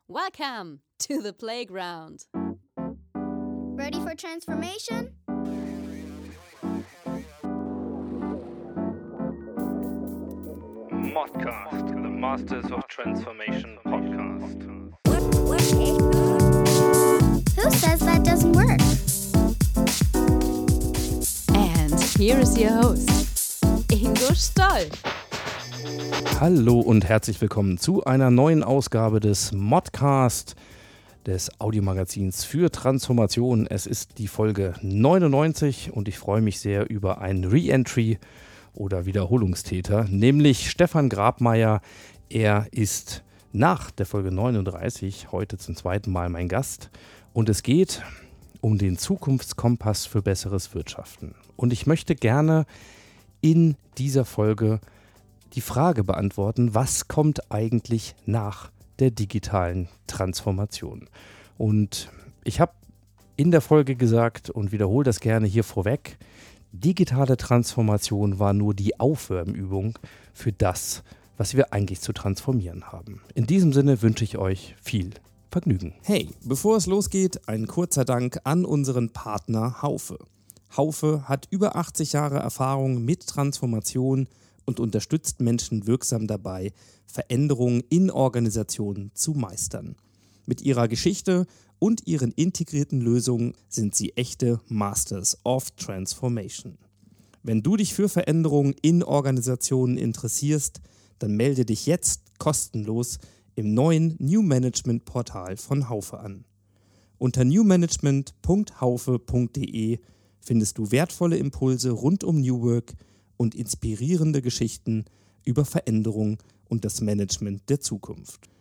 Welcome to the playground. Ready for transformation? Modcast, the Masters of Transformation podcast. Who says that doesn't work? And here is your host, Ingo Stoll. Hallo und herzlich willkommen zu einer neuen Ausgabe des Modcast, des Audiomagazins für Transformation. Es ist die Folge 99 und ich freue mich sehr über einen Re-Entry oder Wiederholungstäter, nämlich Stefan Grabmaier. Er ist nach der Folge 39 heute zum zweiten Mal mein Gast und es geht um den Zukunftskompass für besseres Wirtschaften. Und ich möchte gerne in dieser Folge die Frage beantworten, was kommt eigentlich nach der digitalen Transformation? Und ich habe in der Folge gesagt und wiederhole das gerne hier vorweg, digitale Transformation war nur die Aufwärmübung für das, was wir eigentlich zu transformieren haben. In diesem Sinne wünsche ich euch viel Vergnügen. Hey, bevor es losgeht, ein kurzer Dank an unseren Partner Haufe. Haufe hat über 80 Jahre Erfahrung mit Transformation und unterstützt Menschen wirksam dabei, Veränderungen in Organisationen zu meistern. Mit ihrer Geschichte und ihren integrierten Lösungen sind sie echte Masters of Transformation. Wenn du dich für Veränderungen in Organisationen interessierst, dann melde dich jetzt kostenlos im neuen New Management Portal von Haufe an. Unter newmanagement.haufe.de findest du wertvolle Impulse rund um New Work und inspirierende Geschichten über Veränderung und das Management der Zukunft.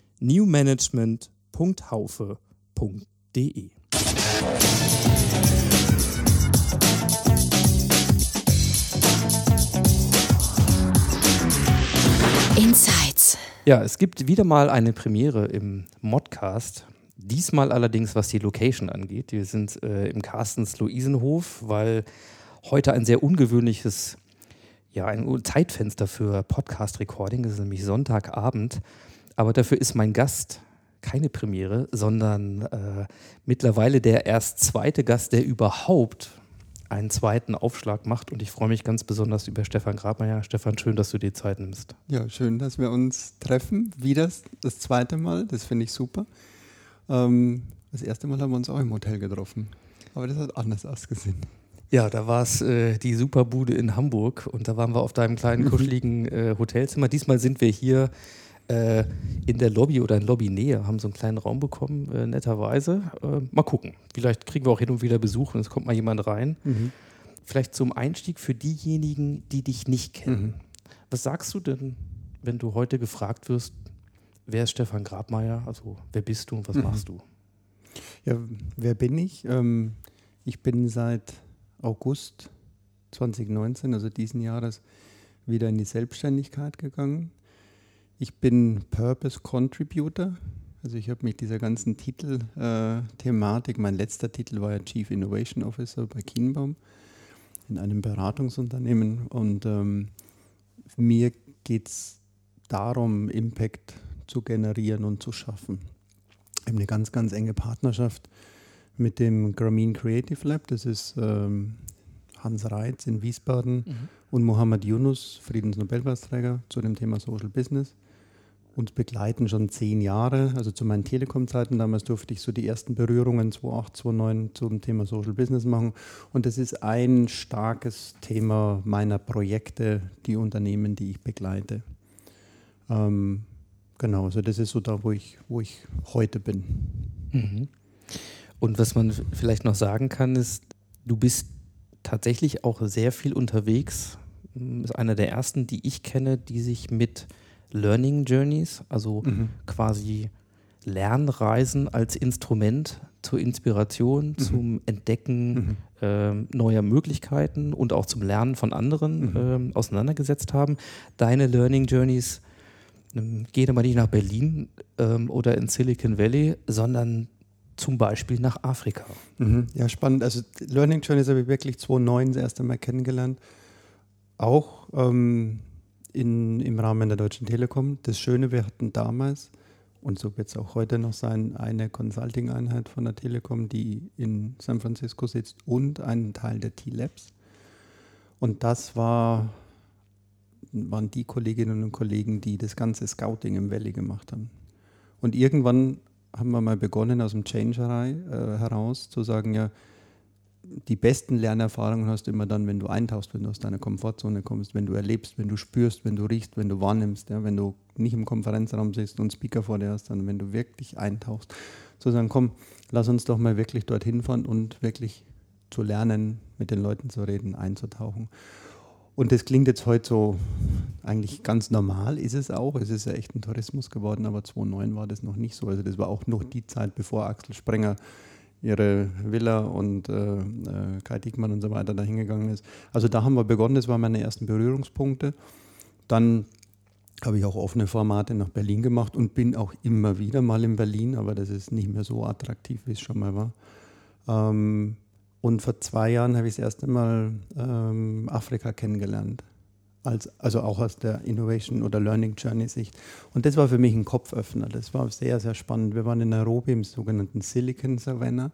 newmanagement.haufe.de. Insights. Ja, es gibt wieder mal eine Premiere im Modcast. Diesmal allerdings, was die Location angeht. Wir sind im Carstens Luisenhof, weil heute ein sehr ungewöhnliches ein Zeitfenster für Podcast-Recording. Das ist nämlich Sonntagabend. Aber dafür ist mein Gast keine Premiere, sondern mittlerweile der erst zweite Gast, der überhaupt einen zweiten Aufschlag macht. Und ich freue mich ganz besonders über Stefan Grabmaier. Stefan, schön, dass du dir Zeit nimmst. Ja, schön, dass wir uns treffen. Wieder das zweite Mal. Das finde ich super. Das erste Mal haben wir uns auch im Hotel getroffen. Aber das hat anders ausgesehen. Ja, da war es die Superbude in Hamburg und da waren wir auf deinem kleinen, kuscheligen Hotelzimmer. Diesmal sind wir hier in der Lobby oder in Lobbynähe, haben so einen kleinen Raum bekommen, netterweise. Mal gucken, vielleicht kriegen wir auch hin und wieder Besuch und es kommt mal jemand rein. Mhm. Vielleicht zum Einstieg für diejenigen, die dich nicht kennen. Mhm. Was sagst du denn, wenn du heute gefragt wirst, wer ist Stefan Grabmaier? Also wer bist du und was machst du? Ja, wer bin ich? Ich bin seit August 2019, also diesen Jahres, wieder in die Selbstständigkeit gegangen. Ich bin Purpose Contributor, also ich habe mich dieser ganzen Titel-Thematik, mein letzter Titel war ja Chief Innovation Officer bei Kienbaum in einem Beratungsunternehmen und mir geht es darum, Impact zu generieren und zu schaffen. Ich habe eine ganz, ganz enge Partnerschaft mit dem Grameen Creative Lab, das ist Hans Reitz in Wiesbaden und Mohammed Yunus, Friedensnobelpreisträger zu dem Thema Social Business. Uns begleiten schon 10 Jahre, also zu meinen Telekom-Zeiten damals durfte ich so die ersten Berührungen 2008, 2009 zum Thema Social Business machen und das ist ein starkes Thema meiner Projekte, die Unternehmen, die ich begleite. Genau, also das ist so da, wo ich heute bin. Mhm. Und was man vielleicht noch sagen kann, ist, du bist tatsächlich auch sehr viel unterwegs. Du bist einer der ersten, die ich kenne, die sich mit Learning Journeys, also quasi Lernreisen als Instrument zur Inspiration, zum Entdecken neuer Möglichkeiten und auch zum Lernen von anderen auseinandergesetzt haben. Deine Learning Journeys gehen aber nicht nach Berlin oder in Silicon Valley, sondern zum Beispiel nach Afrika. Ja, spannend. Also Learning Journeys habe ich wirklich 2009 das erste Mal kennengelernt. Auch im Rahmen der Deutschen Telekom. Das Schöne, wir hatten damals und so wird es auch heute noch sein, eine Consulting-Einheit von der Telekom, die in San Francisco sitzt und einen Teil der T-Labs. Und das waren die Kolleginnen und Kollegen, die das ganze Scouting im Valley gemacht haben. Und irgendwann haben wir mal begonnen, aus dem Changerei heraus zu sagen, ja, die besten Lernerfahrungen hast du immer dann, wenn du eintauchst, wenn du aus deiner Komfortzone kommst, wenn du erlebst, wenn du spürst, wenn du riechst, wenn du wahrnimmst, ja, wenn du nicht im Konferenzraum sitzt und einen Speaker vor dir hast, sondern wenn du wirklich eintauchst. Zu sagen, komm, lass uns doch mal wirklich dorthin fahren und wirklich zu lernen, mit den Leuten zu reden, einzutauchen. Und das klingt jetzt heute so eigentlich ganz normal, ist es auch. Es ist ja echt ein Tourismus geworden, aber 2009 war das noch nicht so. Also das war auch noch die Zeit, bevor Axel Springer ihre Villa und Kai Diekmann und so weiter da hingegangen ist. Also da haben wir begonnen, das waren meine ersten Berührungspunkte. Dann habe ich auch offene Formate nach Berlin gemacht und bin auch immer wieder mal in Berlin, aber das ist nicht mehr so attraktiv, wie es schon mal war. Und vor 2 Jahren habe ich das erste Mal Afrika kennengelernt. Also auch aus der Innovation- oder Learning Journey-Sicht. Und das war für mich ein Kopföffner. Das war sehr, sehr spannend. Wir waren in Nairobi im sogenannten Silicon Savannah.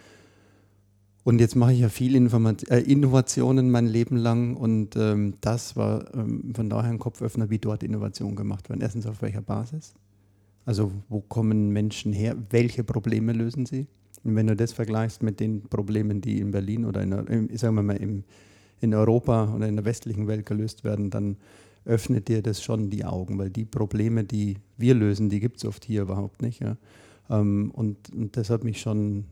Und jetzt mache ich ja viel Innovationen mein Leben lang. Und das war von daher ein Kopföffner, wie dort Innovationen gemacht werden. Erstens, auf welcher Basis? Also wo kommen Menschen her? Welche Probleme lösen sie? Und wenn du das vergleichst mit den Problemen, die in Berlin oder sagen wir mal in Europa oder in der westlichen Welt gelöst werden, dann öffnet dir das schon die Augen, weil die Probleme, die wir lösen, die gibt es oft hier überhaupt nicht. Ja? Und das hat mich schon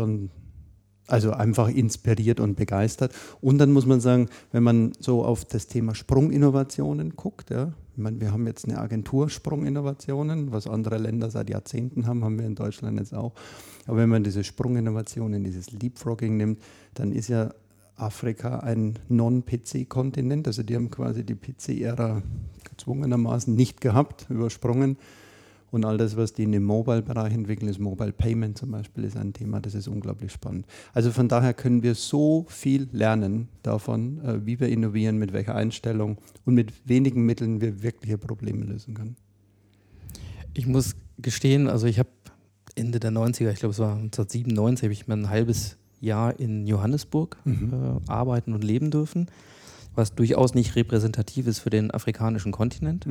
also einfach inspiriert und begeistert. Und dann muss man sagen, wenn man so auf das Thema Sprunginnovationen guckt, ja, ich meine, wir haben jetzt eine Agentur Sprunginnovationen, was andere Länder seit Jahrzehnten haben, haben wir in Deutschland jetzt auch. Aber wenn man diese Sprunginnovationen, dieses Leapfrogging nimmt, dann ist ja Afrika ein Non-PC-Kontinent, also die haben quasi die PC-Ära gezwungenermaßen nicht gehabt, übersprungen. Und all das, was die in dem Mobile-Bereich entwickeln, ist Mobile Payment zum Beispiel, ist ein Thema, das ist unglaublich spannend. Also von daher können wir so viel lernen davon, wie wir innovieren, mit welcher Einstellung und mit wenigen Mitteln wir wirkliche Probleme lösen können. Ich muss gestehen, also ich habe Ende der 90er, ich glaube es war 1997, habe ich mir ein halbes Jahr in Johannesburg arbeiten und leben dürfen, was durchaus nicht repräsentativ ist für den afrikanischen Kontinent.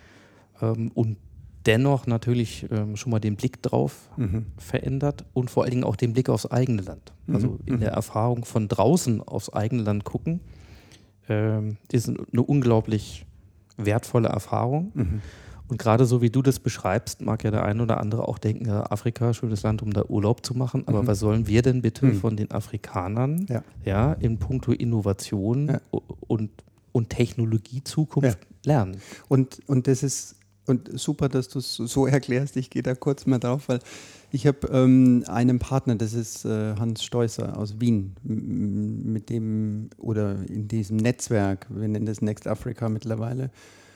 Und dennoch natürlich schon mal den Blick drauf verändert und vor allen Dingen auch den Blick aufs eigene Land. Also in der Erfahrung von draußen aufs eigene Land gucken, ist eine unglaublich wertvolle Erfahrung. Und gerade so wie du das beschreibst, mag ja der eine oder andere auch denken, ja, Afrika, schönes Land, um da Urlaub zu machen. Aber was sollen wir denn bitte von den Afrikanern in puncto Innovation und Technologie-Zukunft lernen? Und das ist super, dass du es so erklärst. Ich gehe da kurz mal drauf, weil ich habe einen Partner, das ist Hans Steusser aus Wien, mit dem oder in diesem Netzwerk, wir nennen das Next Africa mittlerweile.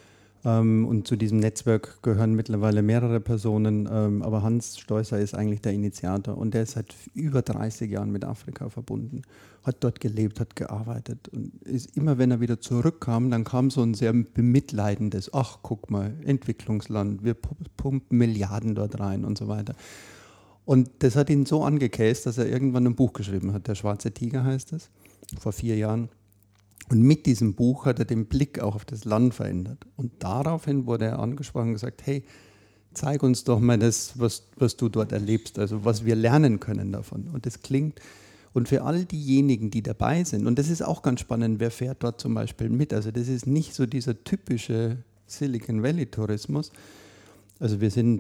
Und zu diesem Netzwerk gehören mittlerweile mehrere Personen, aber Hans Steusser ist eigentlich der Initiator und der ist seit über 30 Jahren mit Afrika verbunden, hat dort gelebt, hat gearbeitet und ist immer, wenn er wieder zurückkam, dann kam so ein sehr bemitleidendes, ach guck mal, Entwicklungsland, wir pumpen Milliarden dort rein und so weiter. Und das hat ihn so angekäst, dass er irgendwann ein Buch geschrieben hat, Der schwarze Tiger heißt es, vor 4 Jahren. Und mit diesem Buch hat er den Blick auch auf das Land verändert. Und daraufhin wurde er angesprochen und gesagt, hey, zeig uns doch mal das, was du dort erlebst, also was wir lernen können davon. Und das klingt, und für all diejenigen, die dabei sind, und das ist auch ganz spannend, wer fährt dort zum Beispiel mit, also das ist nicht so dieser typische Silicon Valley Tourismus. Also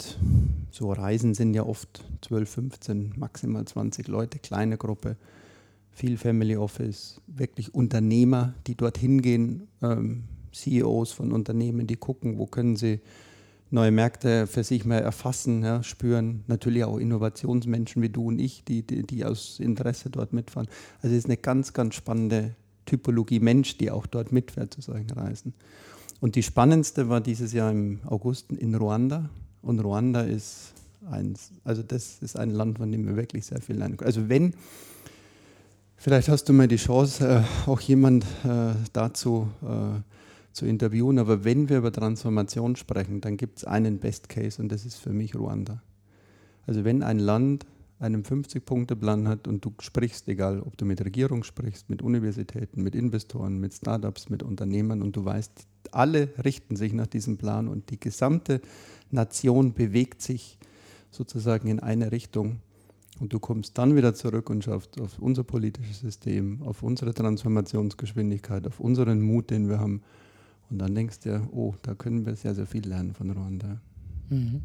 so Reisen sind ja oft 12, 15, maximal 20 Leute, kleine Gruppe. Viel Family Office, wirklich Unternehmer, die dorthin gehen, CEOs von Unternehmen, die gucken, wo können sie neue Märkte für sich mal erfassen, ja, spüren. Natürlich auch Innovationsmenschen wie du und ich, die aus Interesse dort mitfahren. Also es ist eine ganz, ganz spannende Typologie Mensch, die auch dort mitfährt zu solchen Reisen. Und die spannendste war dieses Jahr im August in Ruanda. Und Ruanda ist das ist ein Land, von dem wir wirklich sehr viel lernen können. Also vielleicht hast du mal die Chance, auch jemand dazu zu interviewen. Aber wenn wir über Transformation sprechen, dann gibt es einen Best Case und das ist für mich Ruanda. Also wenn ein Land einen 50-Punkte-Plan hat und du sprichst, egal ob du mit Regierung sprichst, mit Universitäten, mit Investoren, mit Startups, mit Unternehmern und du weißt, alle richten sich nach diesem Plan und die gesamte Nation bewegt sich sozusagen in eine Richtung und du kommst dann wieder zurück und schaust auf unser politisches System, auf unsere Transformationsgeschwindigkeit, auf unseren Mut, den wir haben und dann denkst du, oh, da können wir sehr, sehr viel lernen von Ruanda. Mhm.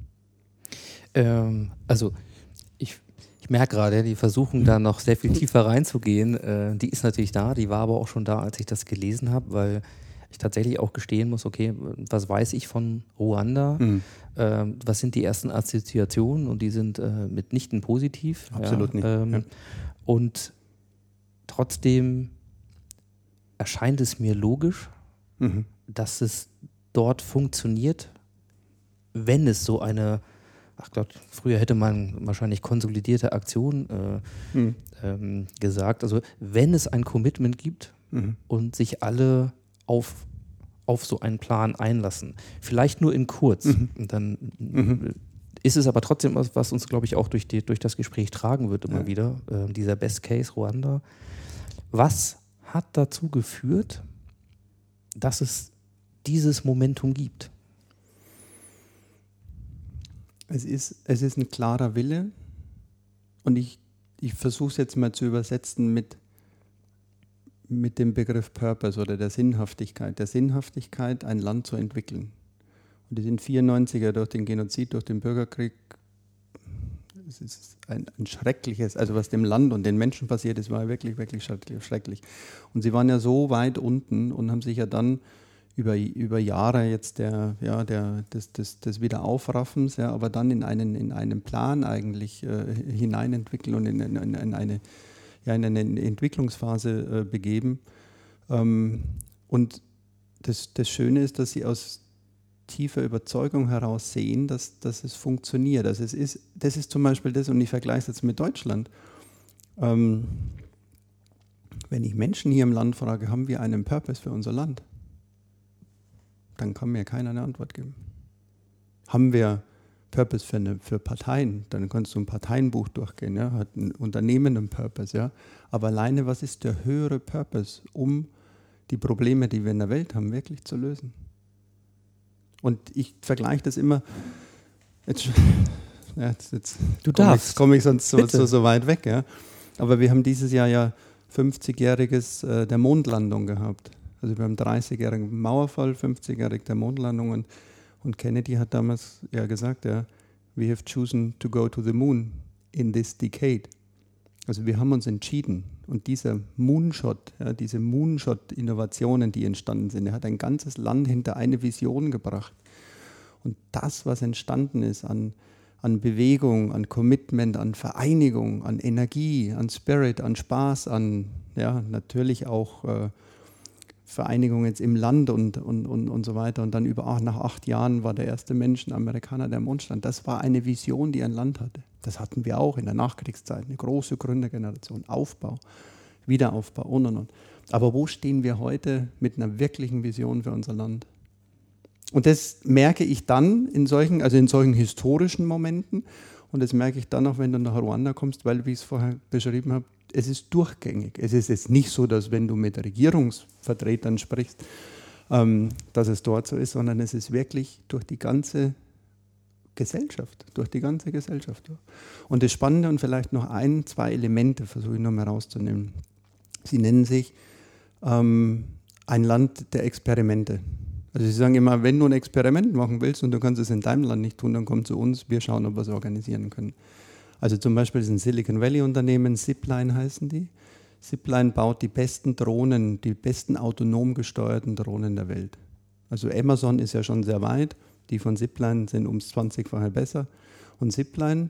Also ich merke gerade, die versuchen da noch sehr viel tiefer reinzugehen. Die ist natürlich da, die war aber auch schon da, als ich das gelesen habe, weil ich tatsächlich auch gestehen muss, okay, was weiß ich von Ruanda? Was sind die ersten Assoziationen? Und die sind mitnichten positiv. Absolut nicht. Und trotzdem erscheint es mir logisch, dass es dort funktioniert, wenn es so eine, ach Gott, früher hätte man wahrscheinlich konsolidierte Aktion gesagt, also wenn es ein Commitment gibt und sich alle auf so einen Plan einlassen, vielleicht nur in kurz, und dann ist es aber trotzdem was uns, glaube ich, auch durch das Gespräch tragen wird immer wieder, dieser Best Case Ruanda. Was hat dazu geführt, dass es dieses Momentum gibt? Es ist ein klarer Wille und ich versuche es jetzt mal zu übersetzen mit dem Begriff Purpose oder der Sinnhaftigkeit, ein Land zu entwickeln. Und die sind 94er durch den Genozid, durch den Bürgerkrieg, es ist ein schreckliches, also was dem Land und den Menschen passiert ist, war wirklich, wirklich schrecklich. Und sie waren ja so weit unten und haben sich ja dann über Jahre jetzt des Wiederaufraffens, aber dann in einen Plan eigentlich hineinentwickeln und in eine Entwicklungsphase begeben. Und das Schöne ist, dass sie aus tiefer Überzeugung heraus sehen, dass es funktioniert. Also das ist zum Beispiel das, und ich vergleiche es jetzt mit Deutschland. Wenn ich Menschen hier im Land frage, haben wir einen Purpose für unser Land? Dann kann mir keiner eine Antwort geben. Haben wir Purpose für Parteien? Dann kannst du ein Parteienbuch durchgehen. Ja? Hat ein Unternehmen einen Purpose? Ja? Aber alleine, was ist der höhere Purpose, um die Probleme, die wir in der Welt haben, wirklich zu lösen? Und ich vergleiche das immer. Jetzt komme ich sonst so weit weg. Ja? Aber wir haben dieses Jahr ja 50-jähriges der Mondlandung gehabt. Also wir haben 30-jährigen Mauerfall, 50-jährig der Mondlandung und Kennedy hat damals ja gesagt, we have chosen to go to the moon in this decade. Also wir haben uns entschieden und dieser Moonshot, diese Moonshot-Innovationen, die entstanden sind, hat ein ganzes Land hinter eine Vision gebracht. Und das, was entstanden ist an Bewegung, an Commitment, an Vereinigung, an Energie, an Spirit, an Spaß, an natürlich auch Vereinigung jetzt im Land und so weiter. Und dann nach 8 Jahren war der erste Mensch, ein Amerikaner, der am Mond stand. Das war eine Vision, die ein Land hatte. Das hatten wir auch in der Nachkriegszeit. Eine große Gründergeneration. Aufbau, Wiederaufbau und. Aber wo stehen wir heute mit einer wirklichen Vision für unser Land? Und das merke ich dann in solchen historischen Momenten. Und das merke ich dann auch, wenn du nach Ruanda kommst, weil, wie ich es vorher beschrieben habe, es ist durchgängig. Es ist jetzt nicht so, dass wenn du mit Regierungsvertretern sprichst, dass es dort so ist, sondern es ist wirklich durch die ganze Gesellschaft. Und das Spannende und vielleicht noch 2 Elemente versuche ich noch mal rauszunehmen. Sie nennen sich ein Land der Experimente. Also sie sagen immer, wenn du ein Experiment machen willst und du kannst es in deinem Land nicht tun, dann komm zu uns, wir schauen, ob wir es organisieren können. Also zum Beispiel ist ein Silicon Valley Unternehmen, Zipline heißen die. Zipline baut die besten Drohnen, die besten autonom gesteuerten Drohnen der Welt. Also Amazon ist ja schon sehr weit, die von Zipline sind ums 20-fache besser. Und Zipline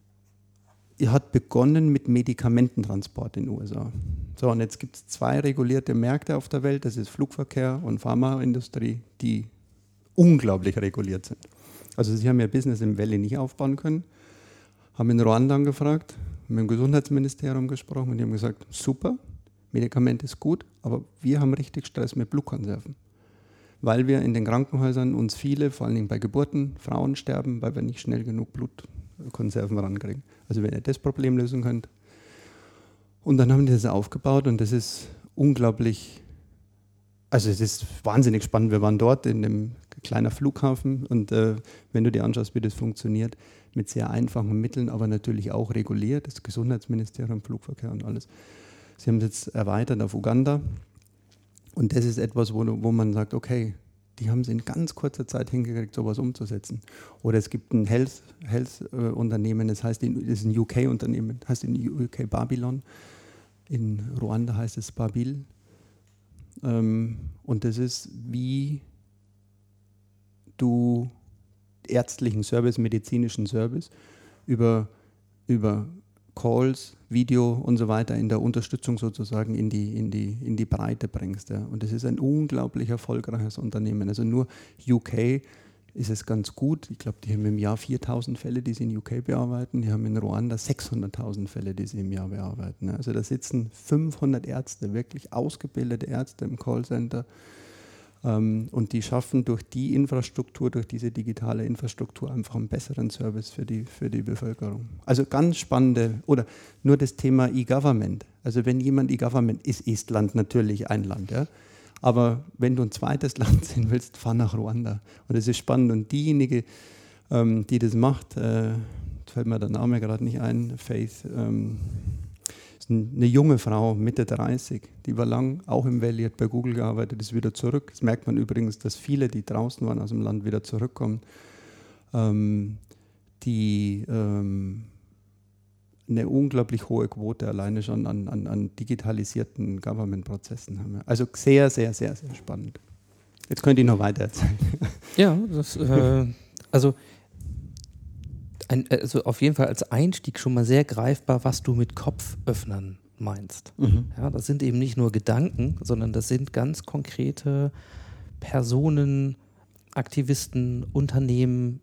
hat begonnen mit Medikamententransport in den USA. So, und jetzt gibt es 2 regulierte Märkte auf der Welt, das ist Flugverkehr und Pharmaindustrie, die unglaublich reguliert sind. Also sie haben ihr Business im Valley nicht aufbauen können, haben in Ruanda angefragt, mit dem Gesundheitsministerium gesprochen und die haben gesagt, super, Medikament ist gut, aber wir haben richtig Stress mit Blutkonserven. weil wir in den Krankenhäusern uns viele, vor allen Dingen bei Geburten, Frauen sterben, weil wir nicht schnell genug Blutkonserven rankriegen. Also wenn ihr das Problem lösen könnt. Und dann haben die das aufgebaut und das ist unglaublich, also es ist wahnsinnig spannend. Wir waren dort in einem kleinen Flughafen und wenn du dir anschaust, wie das funktioniert, mit sehr einfachen Mitteln, aber natürlich auch reguliert, das Gesundheitsministerium, Flugverkehr und alles. Sie haben es jetzt erweitert auf Uganda und das ist etwas, wo man sagt, okay, die haben es in ganz kurzer Zeit hingekriegt, sowas umzusetzen. Oder es gibt ein Health-Unternehmen, das ist ein UK-Unternehmen, das heißt in UK Babylon, in Ruanda heißt es Babil. Und das ist, wie du ärztlichen Service, medizinischen Service über Calls, Video und so weiter in der Unterstützung sozusagen in die Breite bringst. Ja. Und das ist ein unglaublich erfolgreiches Unternehmen. Also nur UK ist es ganz gut. Ich glaube, die haben im Jahr 4.000 Fälle, die sie in UK bearbeiten. Die haben in Ruanda 600.000 Fälle, die sie im Jahr bearbeiten. Ja. Also da sitzen 500 Ärzte, wirklich ausgebildete Ärzte im Callcenter. Und die schaffen durch die Infrastruktur, durch diese digitale Infrastruktur einfach einen besseren Service für die Bevölkerung. Also ganz spannende, oder nur das Thema E-Government. Also wenn jemand E-Government, ist Estland natürlich ein Land, ja. Aber wenn du ein zweites Land sehen willst, fahr nach Ruanda. Und das ist spannend. Und diejenige, die das macht, fällt mir der Name gerade nicht ein, Faith, ist eine junge Frau, Mitte 30, die war lang auch im Valley, hat bei Google gearbeitet, ist wieder zurück. Das merkt man übrigens, dass viele, die draußen waren aus dem Land, wieder zurückkommen, die eine unglaublich hohe Quote alleine schon an digitalisierten Government-Prozessen haben. Also sehr, sehr, sehr, sehr spannend. Jetzt könnt ihr noch weiter erzählen. Ja, also auf jeden Fall als Einstieg schon mal sehr greifbar, was du mit Kopföffnern meinst. Mhm. Ja, das sind eben nicht nur Gedanken, sondern das sind ganz konkrete Personen, Aktivisten, Unternehmen,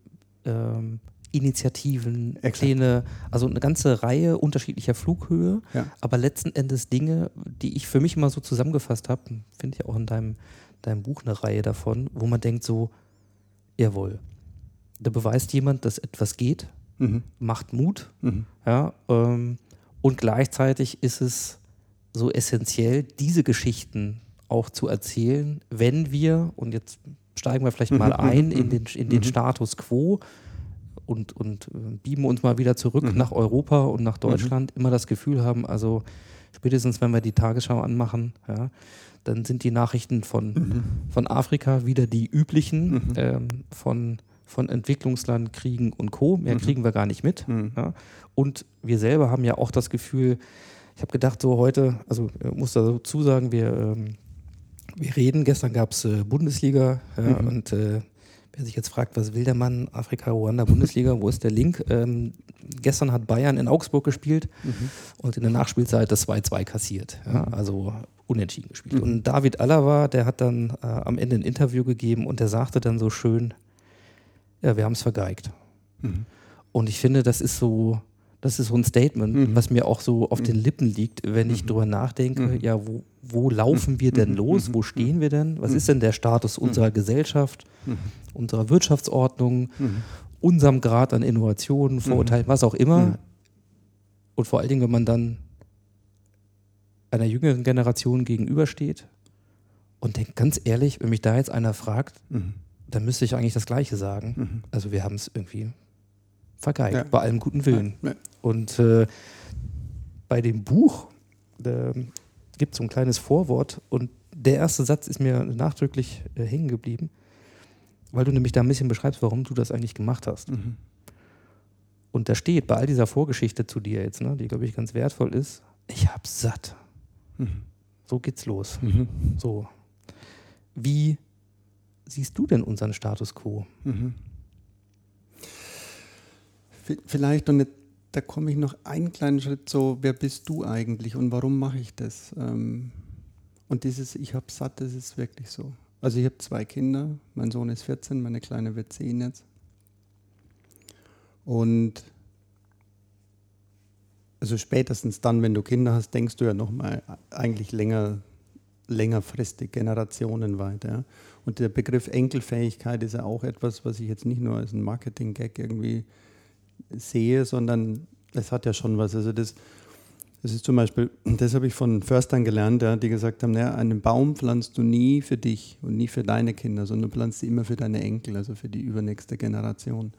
Initiativen, Pläne, also eine ganze Reihe unterschiedlicher Flughöhe, Ja. aber letzten Endes Dinge, die ich für mich mal so zusammengefasst habe, finde ich auch in deinem Buch eine Reihe davon, wo man denkt so, jawohl, da beweist jemand, dass etwas geht, macht Mut, ja, und gleichzeitig ist es so essentiell, diese Geschichten auch zu erzählen, wenn wir, und jetzt steigen wir vielleicht mal ein in den Status quo und beamen uns mal wieder zurück nach Europa und nach Deutschland, immer das Gefühl haben, also spätestens wenn wir die Tagesschau anmachen, ja, dann sind die Nachrichten von Afrika wieder die üblichen, von Entwicklungsland, Kriegen und Co. Mehr kriegen wir gar nicht mit. Ja. Und wir selber haben ja auch das Gefühl, ich habe gedacht, so heute, also ich muss dazu sagen, wir reden, gestern gab es Bundesliga, ja, und wer sich jetzt fragt, was will der Mann, Afrika, Ruanda, Bundesliga, wo ist der Link? Gestern hat Bayern in Augsburg gespielt und in der Nachspielzeit das 2-2 kassiert, ja, also unentschieden gespielt. Und David Alaba, der hat dann am Ende ein Interview gegeben und der sagte dann so schön, ja, wir haben es vergeigt. Und ich finde, das ist so ein Statement, was mir auch so auf den Lippen liegt, wenn ich drüber nachdenke, ja, wo laufen wir denn los? Wo stehen wir denn? Was ist denn der Status unserer Gesellschaft, unserer Wirtschaftsordnung, unserem Grad an Innovationen, Vorurteilen, was auch immer? Und vor allen Dingen, wenn man dann einer jüngeren Generation gegenübersteht und denkt, ganz ehrlich, wenn mich da jetzt einer fragt, dann müsste ich eigentlich das Gleiche sagen. Also wir haben es irgendwie vergeigt, ja, bei allem guten Willen. Ja. Und bei dem Buch gibt es so ein kleines Vorwort und der erste Satz ist mir nachdrücklich hängen geblieben, weil du nämlich da ein bisschen beschreibst, warum du das eigentlich gemacht hast. Und da steht bei all dieser Vorgeschichte zu dir jetzt, ne, die, glaube ich, ganz wertvoll ist, ich hab's satt. So geht's los. So. Wie siehst du denn unseren Status quo? Vielleicht, und da komme ich noch einen kleinen Schritt so, wer bist du eigentlich und warum mache ich das? Und dieses ich habe satt, das ist wirklich so. Also ich habe 2 Kinder, mein Sohn ist 14, meine Kleine wird 10 jetzt. Und also spätestens dann, wenn du Kinder hast, denkst du ja noch mal eigentlich länger längerfristig, generationenweit. Ja. Und der Begriff Enkelfähigkeit ist ja auch etwas, was ich jetzt nicht nur als ein Marketing-Gag irgendwie sehe, sondern es hat ja schon was. Also das ist zum Beispiel, das habe ich von Förstern gelernt, ja, die gesagt haben, naja, einen Baum pflanzt du nie für dich und nie für deine Kinder, sondern du pflanzt sie immer für deine Enkel, also für die übernächste Generation.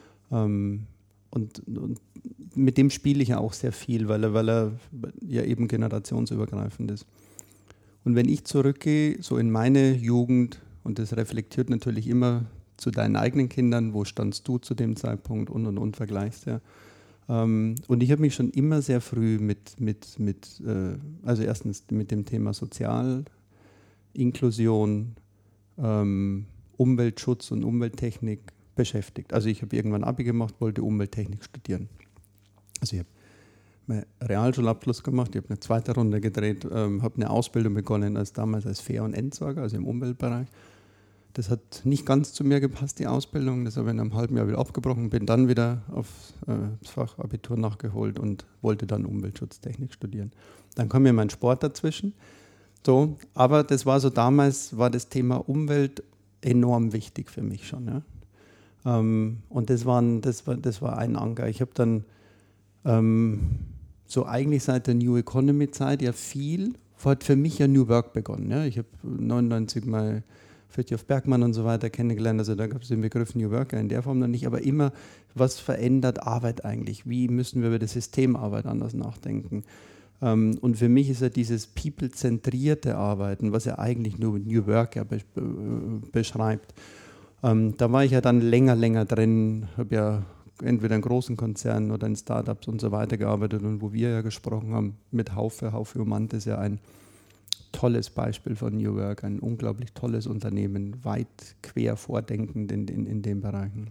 Und mit dem spiele ich ja auch sehr viel, weil er ja eben generationsübergreifend ist. Und wenn ich zurückgehe, so in meine Jugend, und das reflektiert natürlich immer zu deinen eigenen Kindern, wo standst du zu dem Zeitpunkt und vergleichst ja. Und ich habe mich schon immer sehr früh also erstens mit dem Thema Sozialinklusion, Umweltschutz und Umwelttechnik beschäftigt. Also ich habe irgendwann Abi gemacht, wollte Umwelttechnik studieren. Also ich habe meinen Realschulabschluss gemacht, ich habe eine zweite Runde gedreht, habe eine Ausbildung begonnen damals als Fair- und Entsorger, also im Umweltbereich. Das hat nicht ganz zu mir gepasst, die Ausbildung. Das habe ich in einem halben Jahr wieder abgebrochen, bin dann wieder aufs Fachabitur nachgeholt und wollte dann Umweltschutztechnik studieren. Dann kam mir mein Sport dazwischen. So, aber das war so, damals war das Thema Umwelt enorm wichtig für mich schon. Ja. Und das war ein Anker. Ich habe dann so eigentlich seit der New Economy Zeit hat für mich ja New Work begonnen. Ja. Ich habe 99 mal Fridtjof Bergmann und so weiter kennengelernt, also da gab es den Begriff New Worker in der Form noch nicht, aber immer, was verändert Arbeit eigentlich? Wie müssen wir über das System Arbeit anders nachdenken? Und für mich ist ja dieses people-zentrierte Arbeiten, was ja eigentlich nur New Work beschreibt. Da war ich ja dann länger drin, habe ja entweder in großen Konzernen oder in Startups und so weiter gearbeitet und wo wir ja gesprochen haben mit Haufe Umant ist ja ein tolles Beispiel von New Work, ein unglaublich tolles Unternehmen, weit quer vordenkend in den Bereichen.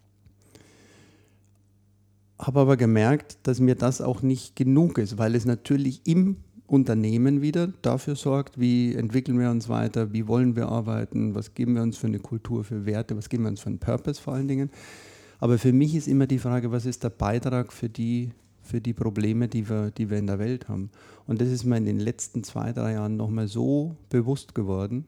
Habe aber gemerkt, dass mir das auch nicht genug ist, weil es natürlich im Unternehmen wieder dafür sorgt, wie entwickeln wir uns weiter, wie wollen wir arbeiten, was geben wir uns für eine Kultur, für Werte, was geben wir uns für einen Purpose vor allen Dingen. Aber für mich ist immer die Frage, was ist der Beitrag für die Probleme, die wir in der Welt haben. Und das ist mir in den letzten 2-3 Jahren nochmal so bewusst geworden.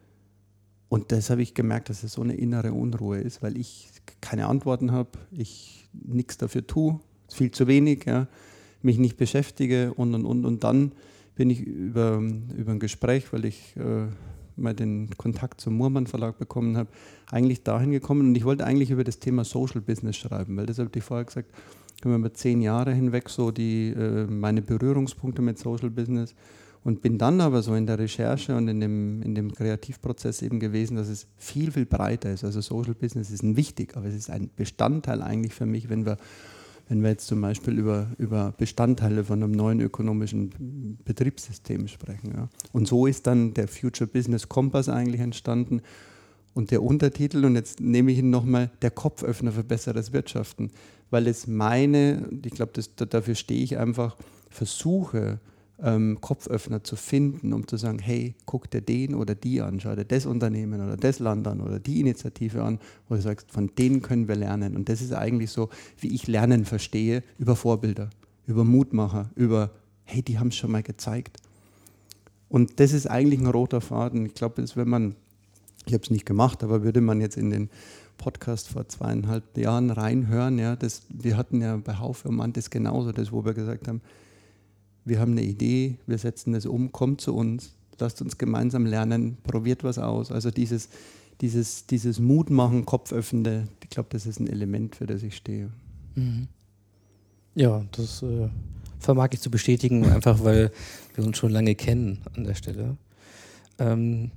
Und das habe ich gemerkt, dass es so eine innere Unruhe ist, weil ich keine Antworten habe, ich nichts dafür tue, viel zu wenig, ja, mich nicht beschäftige und. Und dann bin ich über ein Gespräch, weil ich mal den Kontakt zum Murmann Verlag bekommen habe, eigentlich dahin gekommen und ich wollte eigentlich über das Thema Social Business schreiben, weil das habe ich vorher gesagt, haben wir über 10 Jahre hinweg so meine Berührungspunkte mit Social Business und bin dann aber so in der Recherche und in dem Kreativprozess eben gewesen, dass es viel breiter ist. Also Social Business ist wichtig, aber es ist ein Bestandteil eigentlich für mich, wenn wir jetzt zum Beispiel über Bestandteile von einem neuen ökonomischen Betriebssystem sprechen. Ja. Und so ist dann der Future Business Kompass eigentlich entstanden. Und der Untertitel, und jetzt nehme ich ihn nochmal, der Kopföffner für besseres Wirtschaften, weil es ich glaube, dafür stehe ich einfach, versuche, Kopföffner zu finden, um zu sagen, hey, guck dir den oder die an, schau dir das Unternehmen oder das Land an oder die Initiative an, wo du sagst, von denen können wir lernen. Und das ist eigentlich so, wie ich Lernen verstehe, über Vorbilder, über Mutmacher, über, hey, die haben es schon mal gezeigt. Und das ist eigentlich ein roter Faden. Ich glaube, ich habe es nicht gemacht, aber würde man jetzt in den Podcast vor 2,5 Jahren reinhören, ja, wir hatten ja bei Haufe Umant das genauso, das, wo wir gesagt haben, wir haben eine Idee, wir setzen das um, kommt zu uns, lasst uns gemeinsam lernen, probiert was aus. Also dieses Mutmachen, Kopföffnende, ich glaube, das ist ein Element, für das ich stehe. Mhm. Ja, das vermag ich zu bestätigen, einfach weil wir uns schon lange kennen an der Stelle. Da werden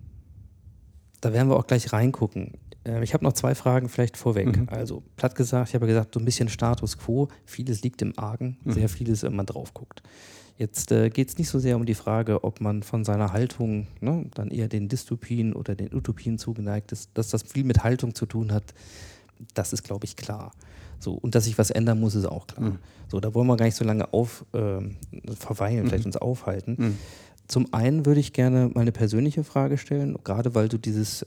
wir auch gleich reingucken. Ich habe noch 2 Fragen vielleicht vorweg. Also platt gesagt, ich habe gesagt, so ein bisschen Status Quo, vieles liegt im Argen, sehr vieles, wenn man drauf guckt. Jetzt geht es nicht so sehr um die Frage, ob man von seiner Haltung dann eher den Dystopien oder den Utopien zugeneigt ist. Dass das viel mit Haltung zu tun hat, das ist, glaube ich, klar. So, und dass sich was ändern muss, ist auch klar. So, da wollen wir gar nicht so lange verweilen, vielleicht uns aufhalten. Zum einen würde ich gerne mal eine persönliche Frage stellen, gerade weil du dieses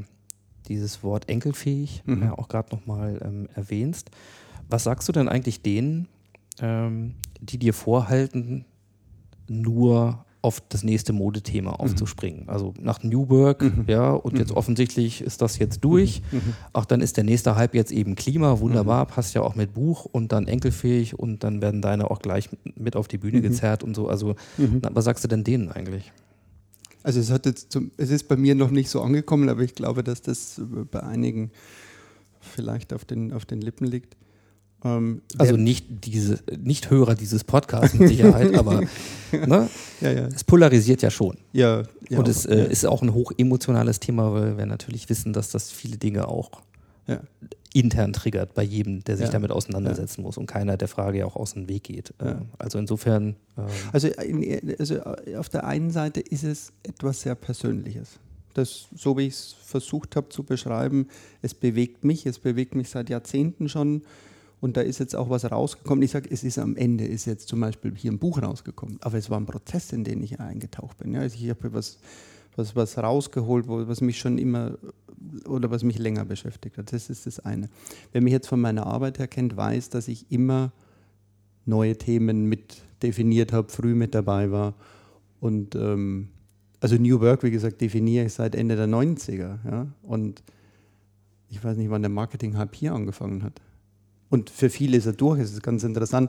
Wort enkelfähig auch gerade nochmal erwähnst. Was sagst du denn eigentlich denen, die dir vorhalten, nur auf das nächste Modethema aufzuspringen. Also nach New Work, ja, und jetzt offensichtlich ist das jetzt durch. Ach, dann ist der nächste Hype jetzt eben Klima, wunderbar, passt ja auch mit Buch und dann enkelfähig und dann werden deine auch gleich mit auf die Bühne gezerrt und so. Also was sagst du denn denen eigentlich? Also es ist bei mir noch nicht so angekommen, aber ich glaube, dass das bei einigen vielleicht auf den Lippen liegt. Also nicht Hörer dieses Podcasts mit Sicherheit, aber ne? Es polarisiert ja schon. Ja, und es ist auch ein hochemotionales Thema, weil wir natürlich wissen, dass das viele Dinge auch intern triggert bei jedem, der sich damit auseinandersetzen muss und keiner der Frage ja auch aus dem Weg geht. Also insofern... Also auf der einen Seite ist es etwas sehr Persönliches. Das, so wie ich es versucht habe zu beschreiben, es bewegt mich seit Jahrzehnten schon. Und da ist jetzt auch was rausgekommen. Ich sage, am Ende ist jetzt zum Beispiel hier ein Buch rausgekommen. Aber es war ein Prozess, in den ich eingetaucht bin. Ja, also ich habe was rausgeholt, was mich schon immer oder was mich länger beschäftigt hat. Das ist das eine. Wer mich jetzt von meiner Arbeit her kennt, weiß, dass ich immer neue Themen mit definiert habe, früh mit dabei war. Und also New Work, wie gesagt, definiere ich seit Ende der 90er. Ja? Und ich weiß nicht, wann der Marketing-Hype hier angefangen hat. Und für viele ist er durch, es ist ganz interessant.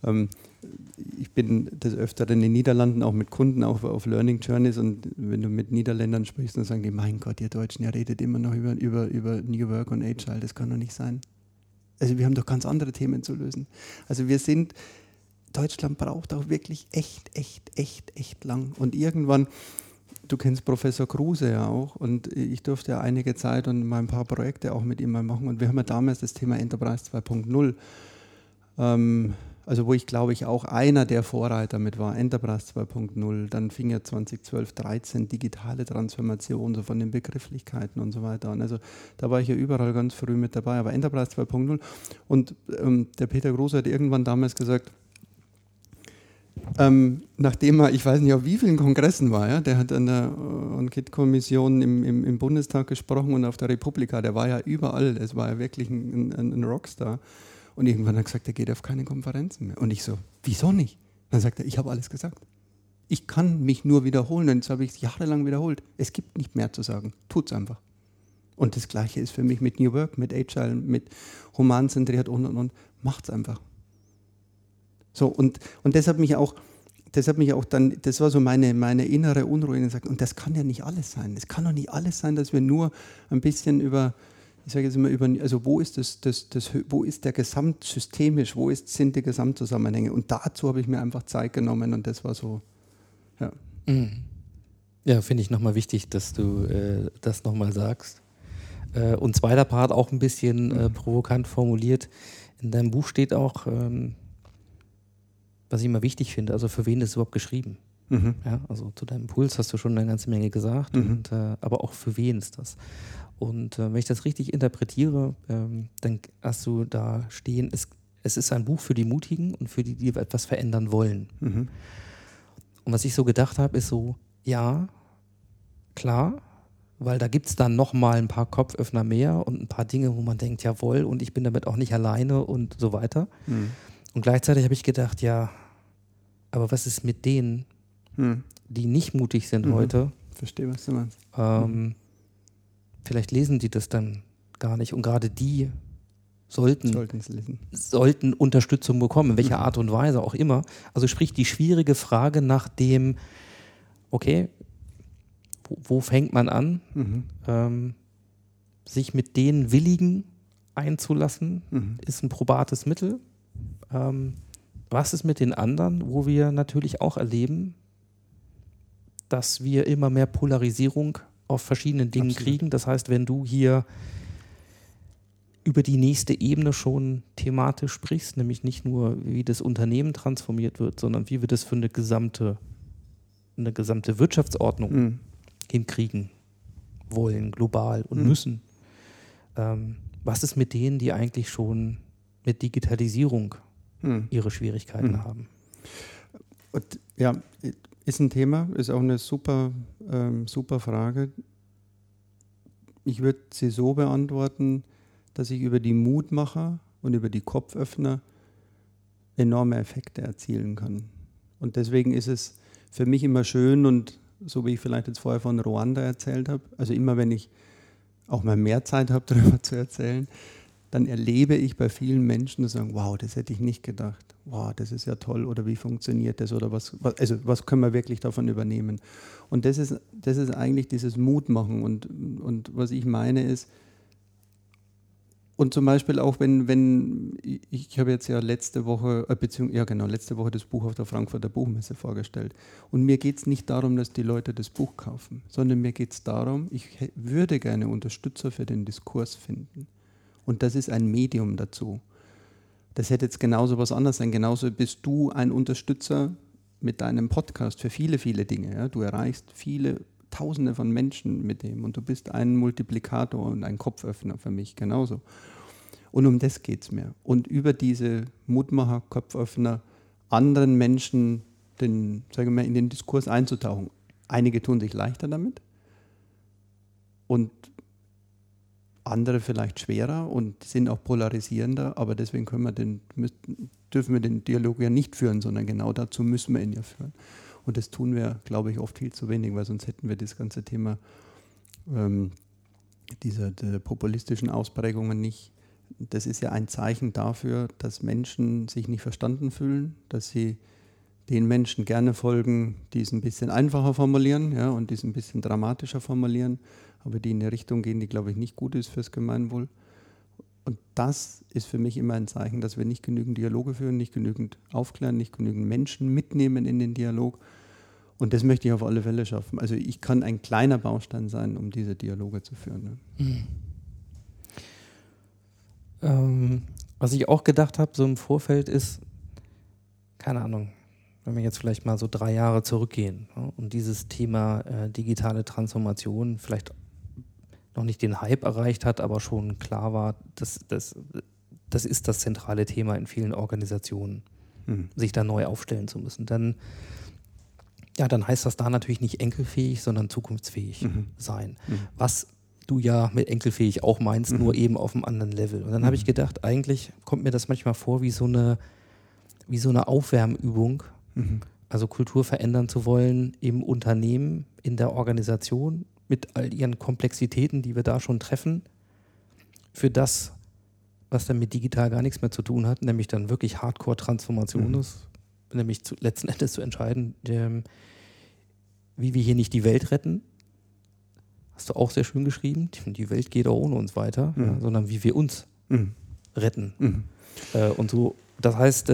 Ich bin des Öfteren in den Niederlanden, auch mit Kunden, auch auf Learning Journeys, und wenn du mit Niederländern sprichst, dann sagen die, mein Gott, ihr Deutschen, ihr redet immer noch über New Work und Agile, das kann doch nicht sein. Also wir haben doch ganz andere Themen zu lösen. Also Deutschland braucht auch wirklich echt lang. Und irgendwann, du kennst Professor Kruse ja auch, und ich durfte ja einige Zeit und mal ein paar Projekte auch mit ihm mal machen, und wir haben ja damals das Thema Enterprise 2.0, also wo ich glaube ich auch einer der Vorreiter mit war, Enterprise 2.0, dann fing ja 2012, 13 digitale Transformation, so von den Begrifflichkeiten und so weiter an. Also da war ich ja überall ganz früh mit dabei, aber Enterprise 2.0, und der Peter Kruse hat irgendwann damals gesagt, nachdem er, ich weiß nicht auf wie vielen Kongressen war, ja, der hat an der On-Kit-Kommission im Bundestag gesprochen und auf der Republika, der war ja überall, es war ja wirklich ein Rockstar. Und irgendwann hat er gesagt, er geht auf keine Konferenzen mehr. Und ich so, wieso nicht? Dann sagt er, ich habe alles gesagt. Ich kann mich nur wiederholen, und jetzt habe ich es jahrelang wiederholt. Es gibt nicht mehr zu sagen, tut's einfach. Und das Gleiche ist für mich mit New Work, mit Agile, mit humanzentriert und. Macht's einfach. So, und das hat mich auch dann, das war so meine innere Unruhe, und sagt, und das kann ja nicht alles sein. Es kann doch nicht alles sein, dass wir nur ein bisschen ich sage jetzt immer also wo ist wo ist der gesamtsystemisch, sind die Gesamtzusammenhänge? Und dazu habe ich mir einfach Zeit genommen, und das war so, ja. Ja, finde ich nochmal wichtig, dass du das nochmal sagst. Und zweiter Part auch ein bisschen provokant formuliert. In deinem Buch steht auch, was ich immer wichtig finde, also für wen ist es überhaupt geschrieben? Ja, also zu deinem Puls hast du schon eine ganze Menge gesagt, aber auch für wen ist das? Und wenn ich das richtig interpretiere, dann hast du da stehen, es ist ein Buch für die Mutigen und für die, die etwas verändern wollen. Und was ich so gedacht habe, ist so, ja, klar, weil da gibt es dann nochmal ein paar Kopföffner mehr und ein paar Dinge, wo man denkt, jawohl, und ich bin damit auch nicht alleine und so weiter. Und gleichzeitig habe ich gedacht, ja, aber was ist mit denen, die nicht mutig sind heute? Verstehe, was du meinst. Vielleicht lesen die das dann gar nicht, und gerade die sollten Unterstützung bekommen, in welcher Art und Weise auch immer. Also sprich die schwierige Frage nach dem, okay, wo fängt man an, sich mit den Willigen einzulassen, ist ein probates Mittel. Was ist mit den anderen, wo wir natürlich auch erleben, dass wir immer mehr Polarisierung auf verschiedenen Dingen kriegen. Das heißt, wenn du hier über die nächste Ebene schon thematisch sprichst, nämlich nicht nur, wie das Unternehmen transformiert wird, sondern wie wir das für eine gesamte Wirtschaftsordnung hinkriegen wollen, global und müssen. Was ist mit denen, die eigentlich schon mit Digitalisierung ihre Schwierigkeiten haben? Und, ja, ist ein Thema, ist auch eine super Frage. Ich würde sie so beantworten, dass ich über die Mutmacher und über die Kopföffner enorme Effekte erzielen kann. Und deswegen ist es für mich immer schön und so wie ich vielleicht jetzt vorher von Ruanda erzählt habe, also immer wenn ich auch mal mehr Zeit habe, darüber zu erzählen, dann erlebe ich bei vielen Menschen, die sagen, wow, das hätte ich nicht gedacht. Wow, das ist ja toll. Oder wie funktioniert das? Oder was können wir wirklich davon übernehmen? Und das ist eigentlich dieses Mutmachen. Und was ich meine ist, und zum Beispiel auch, wenn ich habe jetzt ja letzte Woche das Buch auf der Frankfurter Buchmesse vorgestellt. Und mir geht es nicht darum, dass die Leute das Buch kaufen, sondern mir geht es darum, ich würde gerne Unterstützer für den Diskurs finden. Und das ist ein Medium dazu. Das hätte jetzt genauso was anderes sein. Genauso bist du ein Unterstützer mit deinem Podcast für viele, viele Dinge. Ja? Du erreichst viele Tausende von Menschen mit dem und du bist ein Multiplikator und ein Kopföffner für mich genauso. Und um das geht es mir. Und über diese Mutmacher, Kopföffner anderen Menschen in den Diskurs einzutauchen. Einige tun sich leichter damit und andere vielleicht schwerer und sind auch polarisierender, aber deswegen dürfen wir den Dialog ja nicht führen, sondern genau dazu müssen wir ihn ja führen. Und das tun wir, glaube ich, oft viel zu wenig, weil sonst hätten wir das ganze Thema dieser populistischen Ausprägungen nicht. Das ist ja ein Zeichen dafür, dass Menschen sich nicht verstanden fühlen, dass sie den Menschen gerne folgen, die es ein bisschen einfacher formulieren, ja, und die es ein bisschen dramatischer formulieren, aber die in eine Richtung gehen, die, glaube ich, nicht gut ist fürs Gemeinwohl. Und das ist für mich immer ein Zeichen, dass wir nicht genügend Dialoge führen, nicht genügend aufklären, nicht genügend Menschen mitnehmen in den Dialog. Und das möchte ich auf alle Fälle schaffen. Also ich kann ein kleiner Baustein sein, um diese Dialoge zu führen. Ne? Was ich auch gedacht habe, so im Vorfeld ist, keine Ahnung, wenn wir jetzt vielleicht mal so 3 Jahre zurückgehen, ja, und dieses Thema digitale Transformation vielleicht noch nicht den Hype erreicht hat, aber schon klar war, das ist das zentrale Thema in vielen Organisationen, sich da neu aufstellen zu müssen. Dann heißt das da natürlich nicht enkelfähig, sondern zukunftsfähig sein. Was du ja mit enkelfähig auch meinst, nur eben auf einem anderen Level. Und dann habe ich gedacht, eigentlich kommt mir das manchmal vor wie so eine Aufwärmübung, also Kultur verändern zu wollen im Unternehmen, in der Organisation, mit all ihren Komplexitäten, die wir da schon treffen, für das, was dann mit digital gar nichts mehr zu tun hat, nämlich dann wirklich Hardcore-Transformation ist, nämlich letzten Endes zu entscheiden, wie wir hier nicht die Welt retten, hast du auch sehr schön geschrieben, die Welt geht auch ohne uns weiter, ja, sondern wie wir uns retten. Und so, das heißt,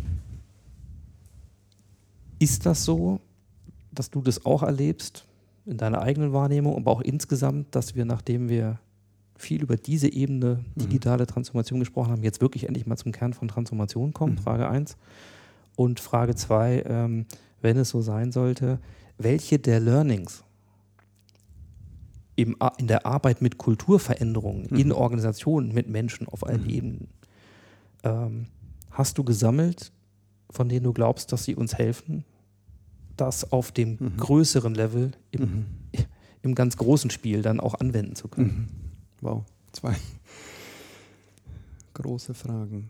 ist das so, dass du das auch erlebst in deiner eigenen Wahrnehmung, aber auch insgesamt, dass wir, nachdem wir viel über diese Ebene digitale Transformation gesprochen haben, jetzt wirklich endlich mal zum Kern von Transformation kommen? Frage 1. Und Frage 2, wenn es so sein sollte, welche der Learnings in der Arbeit mit Kulturveränderungen, in Organisationen, mit Menschen auf allen Ebenen, hast du gesammelt, von denen du glaubst, dass sie uns helfen, das auf dem größeren Level, im ganz großen Spiel dann auch anwenden zu können? Wow, 2 große Fragen.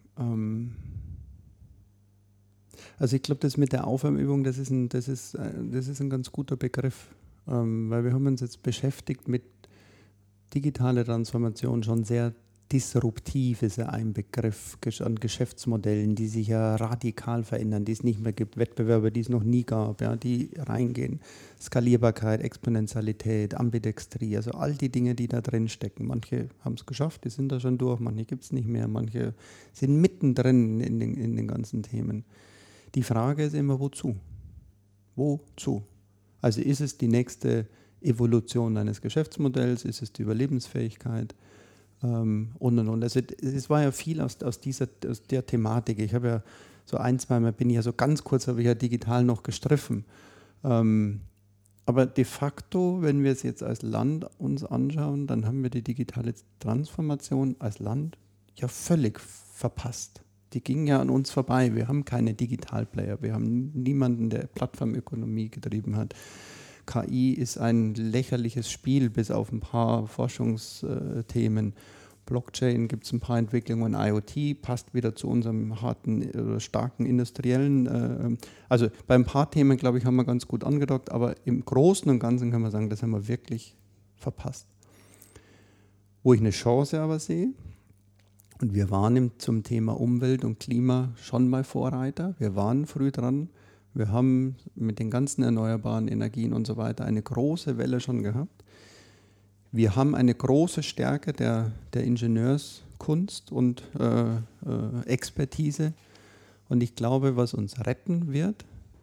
Also ich glaube, das mit der Aufwärmübung, das ist ein ganz guter Begriff, weil wir haben uns jetzt beschäftigt mit digitaler Transformation, schon sehr disruptiv ist ja ein Begriff an Geschäftsmodellen, die sich ja radikal verändern, die es nicht mehr gibt, Wettbewerber, die es noch nie gab, ja, die reingehen. Skalierbarkeit, Exponentialität, Ambidextrie, also all die Dinge, die da drin stecken. Manche haben es geschafft, die sind da schon durch, manche gibt es nicht mehr, manche sind mittendrin in den ganzen Themen. Die Frage ist immer, wozu? Wozu? Also ist es die nächste Evolution eines Geschäftsmodells, ist es die Überlebensfähigkeit? Und. Also, es war ja viel aus der Thematik. Ich habe ja so ganz kurz habe ich ja digital noch gestriffen. Aber de facto, wenn wir es jetzt als Land uns anschauen, dann haben wir die digitale Transformation als Land ja völlig verpasst. Die ging ja an uns vorbei. Wir haben keine Digitalplayer. Wir haben niemanden, der Plattformökonomie getrieben hat. KI ist ein lächerliches Spiel, bis auf ein paar Forschungsthemen. Blockchain gibt es ein paar Entwicklungen, IoT passt wieder zu unserem harten oder starken industriellen. Also bei ein paar Themen, glaube ich, haben wir ganz gut angedockt, aber im Großen und Ganzen kann man sagen, das haben wir wirklich verpasst. Wo ich eine Chance aber sehe, und wir waren zum Thema Umwelt und Klima schon mal Vorreiter, wir waren früh dran, wir haben mit den ganzen erneuerbaren Energien und so weiter eine große Welle schon gehabt. Wir haben eine große Stärke der Ingenieurskunst und Expertise. Und ich glaube, was uns retten wird,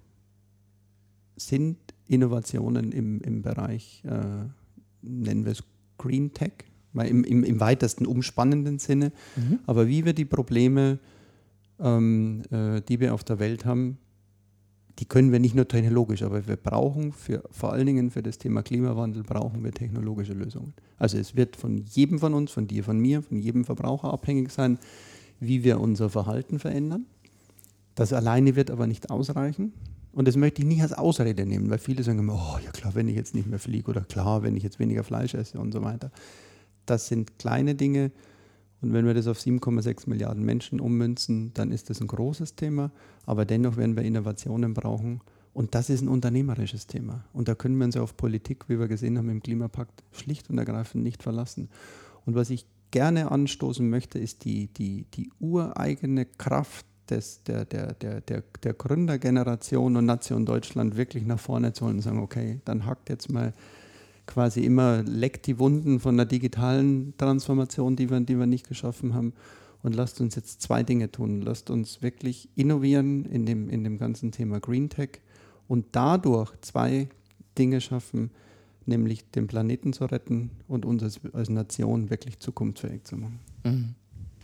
sind Innovationen im Bereich, nennen wir es Green Tech, im weitesten umspannenden Sinne. Aber wie wir die Probleme, die wir auf der Welt haben, die können wir nicht nur technologisch, aber wir brauchen vor allen Dingen für das Thema Klimawandel brauchen wir technologische Lösungen. Also es wird von jedem von uns, von dir, von mir, von jedem Verbraucher abhängig sein, wie wir unser Verhalten verändern. Das alleine wird aber nicht ausreichen. Und das möchte ich nicht als Ausrede nehmen, weil viele sagen immer, oh ja klar, wenn ich jetzt nicht mehr fliege oder klar, wenn ich jetzt weniger Fleisch esse und so weiter. Das sind kleine Dinge. Und wenn wir das auf 7,6 Milliarden Menschen ummünzen, dann ist das ein großes Thema. Aber dennoch werden wir Innovationen brauchen. Und das ist ein unternehmerisches Thema. Und da können wir uns auf Politik, wie wir gesehen haben im Klimapakt, schlicht und ergreifend nicht verlassen. Und was ich gerne anstoßen möchte, ist die ureigene Kraft der Gründergeneration und Nation Deutschland wirklich nach vorne zu holen und sagen, okay, dann hackt jetzt mal quasi immer, leckt die Wunden von der digitalen Transformation, die wir nicht geschaffen haben, und lasst uns jetzt 2 Dinge tun. Lasst uns wirklich innovieren in dem ganzen Thema Green Tech und dadurch 2 Dinge schaffen, nämlich den Planeten zu retten und uns als Nation wirklich zukunftsfähig zu machen. Mhm.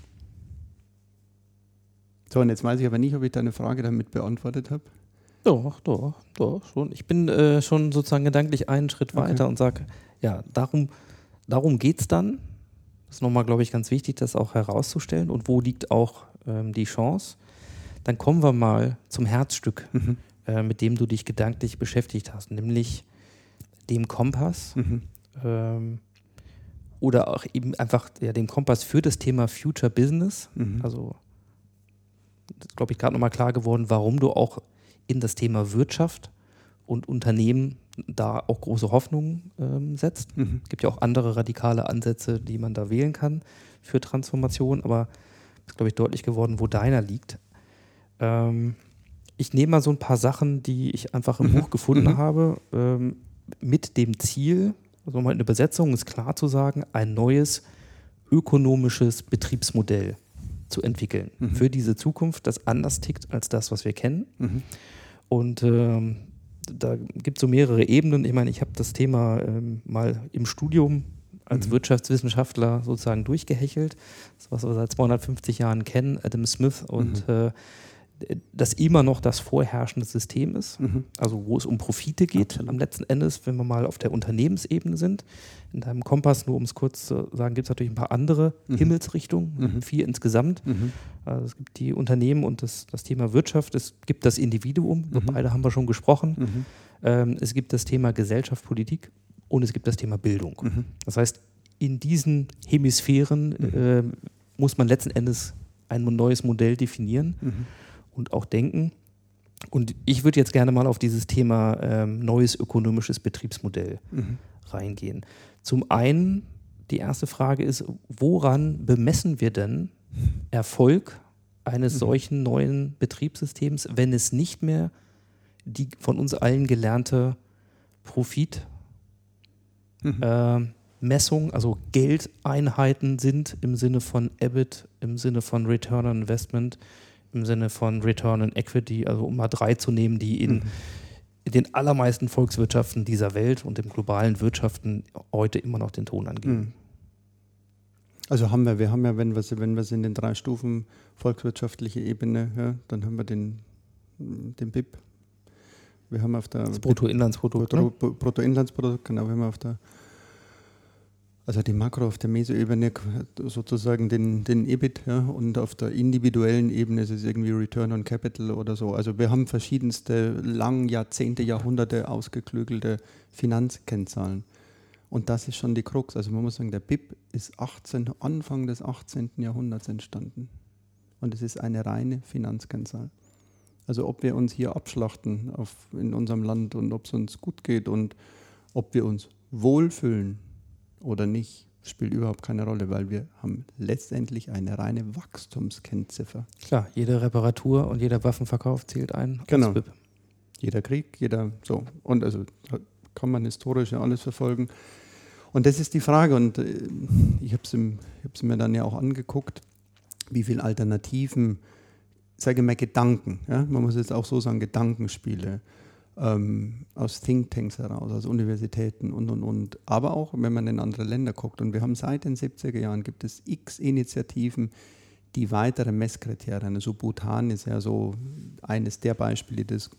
So, und jetzt weiß ich aber nicht, ob ich deine Frage damit beantwortet habe. Doch, schon. Ich bin schon sozusagen gedanklich einen Schritt weiter und sage, ja, darum geht es dann. Das ist nochmal, glaube ich, ganz wichtig, das auch herauszustellen. Und wo liegt auch die Chance? Dann kommen wir mal zum Herzstück, mit dem du dich gedanklich beschäftigt hast, nämlich dem Kompass. Oder auch eben einfach dem Kompass für das Thema Future Business. Also, das ist, glaube ich, gerade nochmal klar geworden, warum du auch in das Thema Wirtschaft und Unternehmen da auch große Hoffnungen setzt. Es gibt ja auch andere radikale Ansätze, die man da wählen kann für Transformation, aber es ist, glaube ich, deutlich geworden, wo deiner liegt. Ich nehme mal so ein paar Sachen, die ich einfach im Buch gefunden habe, mit dem Ziel, also mal in der Übersetzung ist klar zu sagen, ein neues ökonomisches Betriebsmodell zu entwickeln für diese Zukunft, das anders tickt als das, was wir kennen. Und da gibt es so mehrere Ebenen. Ich meine, ich habe das Thema mal im Studium als Wirtschaftswissenschaftler sozusagen durchgehechelt. Das, was wir seit 250 Jahren kennen, Adam Smith, und das immer noch das vorherrschende System ist, also wo es um Profite geht. Absolut. Am letzten Endes, wenn wir mal auf der Unternehmensebene sind. In deinem Kompass, nur um es kurz zu sagen, gibt es natürlich ein paar andere Himmelsrichtungen, 4 insgesamt. Also es gibt die Unternehmen und das Thema Wirtschaft, es gibt das Individuum, über beide haben wir schon gesprochen. Es gibt das Thema Gesellschaft, Politik und es gibt das Thema Bildung. Das heißt, in diesen Hemisphären muss man letzten Endes ein neues Modell definieren und auch denken. Und ich würde jetzt gerne mal auf dieses Thema neues ökonomisches Betriebsmodell reingehen. Zum einen, die erste Frage ist, woran bemessen wir denn Erfolg eines solchen neuen Betriebssystems, wenn es nicht mehr die von uns allen gelernte Profitmessung, also Geldeinheiten sind im Sinne von EBIT, im Sinne von Return on Investment, im Sinne von Return on Equity, also um mal 3 zu nehmen, die in den allermeisten Volkswirtschaften dieser Welt und im globalen Wirtschaften heute immer noch den Ton angeben. Also wir haben ja, wenn wir es in den 3 Stufen volkswirtschaftliche Ebene, ja, dann haben wir den BIP. Wir haben auf der das Bruttoinlandsprodukt. Bruttoinlandsprodukt, genau, wir haben auf der, also die Makro, auf der Mesoebene sozusagen den EBIT, ja, und auf der individuellen Ebene ist es irgendwie Return on Capital oder so. Also wir haben verschiedenste Jahrzehnte, Jahrhunderte ausgeklügelte Finanzkennzahlen. Und das ist schon die Krux. Also man muss sagen, der BIP ist Anfang des 18. Jahrhunderts entstanden. Und es ist eine reine Finanzkennzahl. Also ob wir uns hier abschlachten in unserem Land und ob es uns gut geht und ob wir uns wohlfühlen oder nicht, spielt überhaupt keine Rolle, weil wir haben letztendlich eine reine Wachstumskennziffer. Klar, jede Reparatur und jeder Waffenverkauf zählt ein. Genau. Als BIP. Jeder Krieg, jeder so. Und also kann man historisch ja alles verfolgen. Und das ist die Frage. Und ich habe es mir dann ja auch angeguckt, wie viele Alternativen, sage ich mal Gedanken, ja? Man muss jetzt auch so sagen, Gedankenspiele aus Thinktanks heraus, aus Universitäten und. Aber auch, wenn man in andere Länder guckt. Und wir haben seit den 70er Jahren, gibt es x Initiativen, die weitere Messkriterien, also Bhutan ist ja so eines der Beispiele des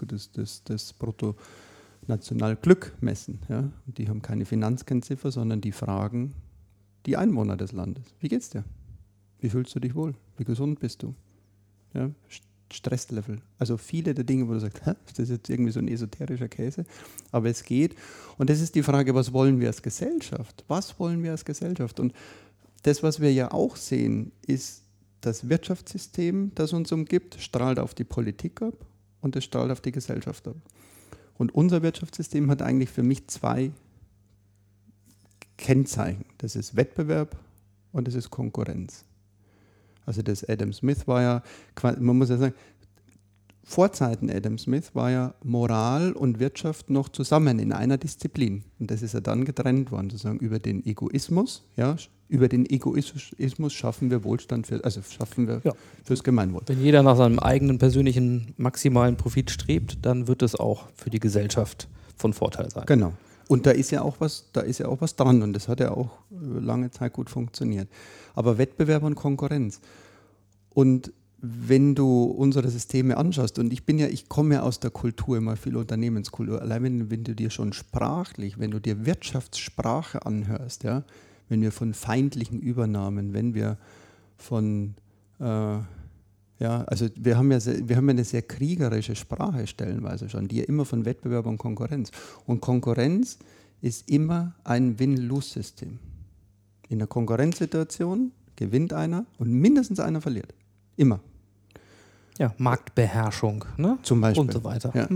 Bruttonationalglück messen. Ja? Die haben keine Finanzkennziffer, sondern die fragen die Einwohner des Landes. Wie geht's dir? Wie fühlst du dich wohl? Wie gesund bist du? Ja? Stresslevel. Also viele der Dinge, wo du sagst, das ist jetzt irgendwie so ein esoterischer Käse, aber es geht. Und das ist die Frage, was wollen wir als Gesellschaft? Was wollen wir als Gesellschaft? Und das, was wir ja auch sehen, ist, das Wirtschaftssystem, das uns umgibt, strahlt auf die Politik ab und es strahlt auf die Gesellschaft ab. Und unser Wirtschaftssystem hat eigentlich für mich 2 Kennzeichen. Das ist Wettbewerb und das ist Konkurrenz. Also das Adam Smith war ja, man muss ja sagen, vor Zeiten Adam Smith war ja Moral und Wirtschaft noch zusammen in einer Disziplin. Und das ist ja dann getrennt worden, sozusagen über den Egoismus. Ja, über den Egoismus schaffen wir Wohlstand, fürs Gemeinwohl. Wenn jeder nach seinem eigenen persönlichen maximalen Profit strebt, dann wird es auch für die Gesellschaft von Vorteil sein. Genau. Und da ist ja auch was dran und das hat ja auch lange Zeit gut funktioniert. Aber Wettbewerb und Konkurrenz. Und wenn du unsere Systeme anschaust, und ich komme ja aus der Kultur, immer viel Unternehmenskultur, allein wenn du dir schon sprachlich, wenn du dir Wirtschaftssprache anhörst, ja, wenn wir von feindlichen Übernahmen, wenn wir von, also wir haben ja eine sehr kriegerische Sprache stellenweise schon, die ja immer von Wettbewerb und Konkurrenz. Und Konkurrenz ist immer ein Win-Lose-System. In der Konkurrenzsituation gewinnt einer und mindestens einer verliert. Immer. Ja, Marktbeherrschung, ne? Zum Beispiel. Und so weiter. Ja.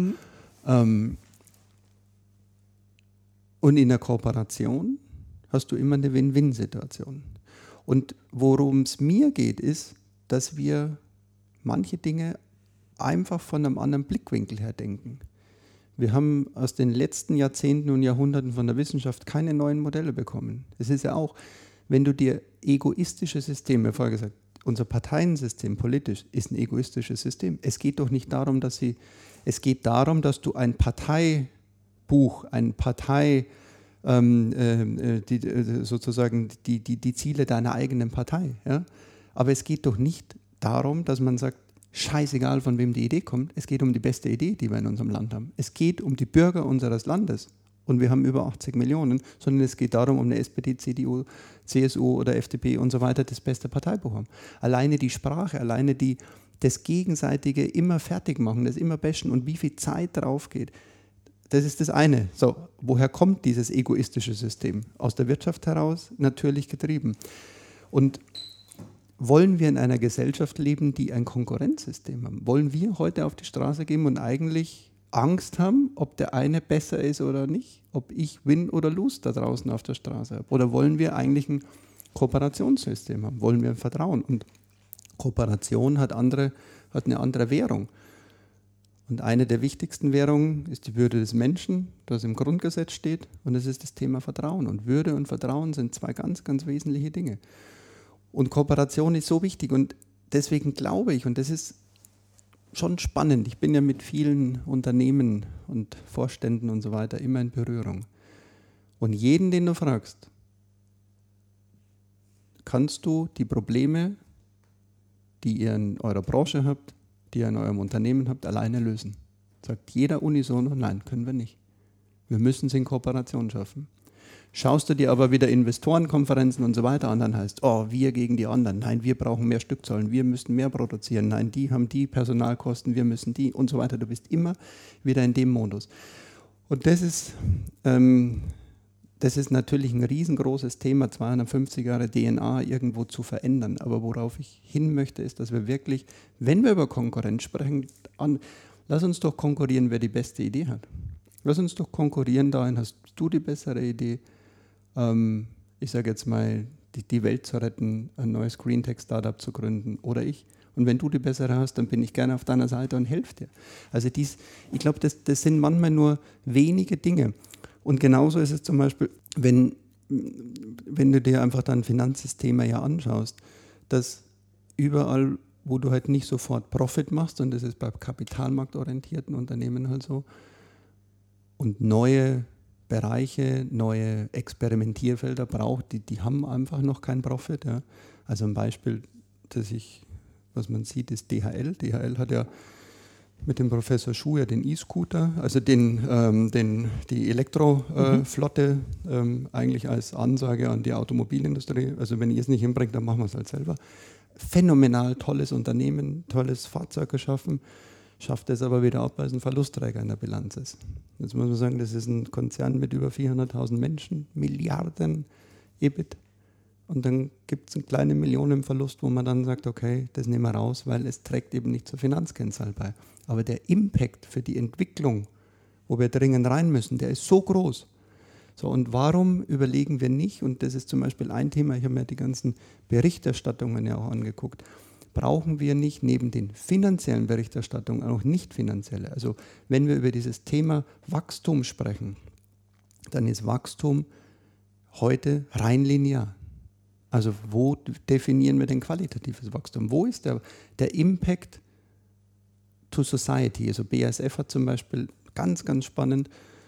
Und in der Kooperation hast du immer eine Win-Win-Situation. Und worum es mir geht, ist, dass wir manche Dinge einfach von einem anderen Blickwinkel her denken. Wir haben aus den letzten Jahrzehnten und Jahrhunderten von der Wissenschaft keine neuen Modelle bekommen. Es ist ja auch, wenn du dir egoistische Systeme, vorher gesagt, unser Parteiensystem politisch ist ein egoistisches System. Es geht doch nicht darum, dass du ein Parteibuch, sozusagen die Ziele deiner eigenen Partei. Ja? Aber es geht doch nicht darum, dass man sagt, scheißegal, von wem die Idee kommt, es geht um die beste Idee, die wir in unserem Land haben. Es geht um die Bürger unseres Landes. Und wir haben über 80 Millionen, sondern es geht darum, eine SPD, CDU, CSU oder FDP und so weiter das beste Parteibuch haben. Alleine die Sprache, das gegenseitige immer fertig machen, das immer bashen und wie viel Zeit drauf geht, das ist das eine. So, woher kommt dieses egoistische System? Aus der Wirtschaft heraus natürlich getrieben. Und wollen wir in einer Gesellschaft leben, die ein Konkurrenzsystem haben? Wollen wir heute auf die Straße gehen und eigentlich Angst haben, ob der eine besser ist oder nicht? Ob ich win oder lose da draußen auf der Straße habe? Oder wollen wir eigentlich ein Kooperationssystem haben? Wollen wir ein Vertrauen? Und Kooperation hat eine andere Währung. Und eine der wichtigsten Währungen ist die Würde des Menschen, das im Grundgesetz steht. Und das ist das Thema Vertrauen. Und Würde und Vertrauen sind 2 ganz, ganz wesentliche Dinge. Und Kooperation ist so wichtig. Und deswegen glaube ich, und das ist schon spannend, ich bin ja mit vielen Unternehmen und Vorständen und so weiter immer in Berührung. Und jeden, den du fragst, kannst du die Probleme, die ihr in eurer Branche habt, die ihr in eurem Unternehmen habt, alleine lösen? Sagt jeder unisono, nein, können wir nicht. Wir müssen es in Kooperation schaffen. Schaust du dir aber wieder Investorenkonferenzen und so weiter an, dann heißt, wir gegen die anderen. Nein, wir brauchen mehr Stückzahlen, wir müssen mehr produzieren. Nein, die haben die Personalkosten, wir müssen die und so weiter. Du bist immer wieder in dem Modus. Und das das ist natürlich ein riesengroßes Thema, 250 Jahre DNA irgendwo zu verändern. Aber worauf ich hin möchte, ist, dass wir wirklich, wenn wir über Konkurrenz sprechen, lass uns doch konkurrieren, wer die beste Idee hat. Lass uns doch konkurrieren, dahin hast du die bessere Idee. Ich sage jetzt mal, die Welt zu retten, ein neues Green-Tech-Startup zu gründen oder ich. Und wenn du die bessere hast, dann bin ich gerne auf deiner Seite und helfe dir. Also ich glaube, das sind manchmal nur wenige Dinge. Und genauso ist es zum Beispiel, wenn du dir einfach dein Finanzsystem ja anschaust, dass überall, wo du halt nicht sofort Profit machst, und das ist bei kapitalmarktorientierten Unternehmen halt so, und neue Bereiche, neue Experimentierfelder braucht, die haben einfach noch keinen Profit. Ja. Also ein Beispiel, was man sieht, ist DHL. DHL hat ja mit dem Professor Schuh ja den E-Scooter, also die Elektroflotte eigentlich als Ansage an die Automobilindustrie. Also wenn ihr es nicht hinbringt, dann machen wir es halt selber. Phänomenal tolles Unternehmen, tolles Fahrzeug geschaffen, schafft es aber wieder ab, weil es ein Verlustträger in der Bilanz ist. Jetzt muss man sagen, das ist ein Konzern mit über 400.000 Menschen, Milliarden EBIT. Und dann gibt es einen kleinen Millionenverlust, wo man dann sagt, okay, das nehmen wir raus, weil es trägt eben nicht zur Finanzkennzahl bei. Aber der Impact für die Entwicklung, wo wir dringend rein müssen, der ist so groß. So, und warum überlegen wir nicht, und das ist zum Beispiel ein Thema, ich habe mir die ganzen Berichterstattungen ja auch angeguckt, brauchen wir nicht neben den finanziellen Berichterstattungen auch nicht finanzielle. Also wenn wir über dieses Thema Wachstum sprechen, dann ist Wachstum heute rein linear. Also wo definieren wir denn qualitatives Wachstum? Wo ist der Impact to Society? Also BASF hat zum Beispiel ganz, ganz spannend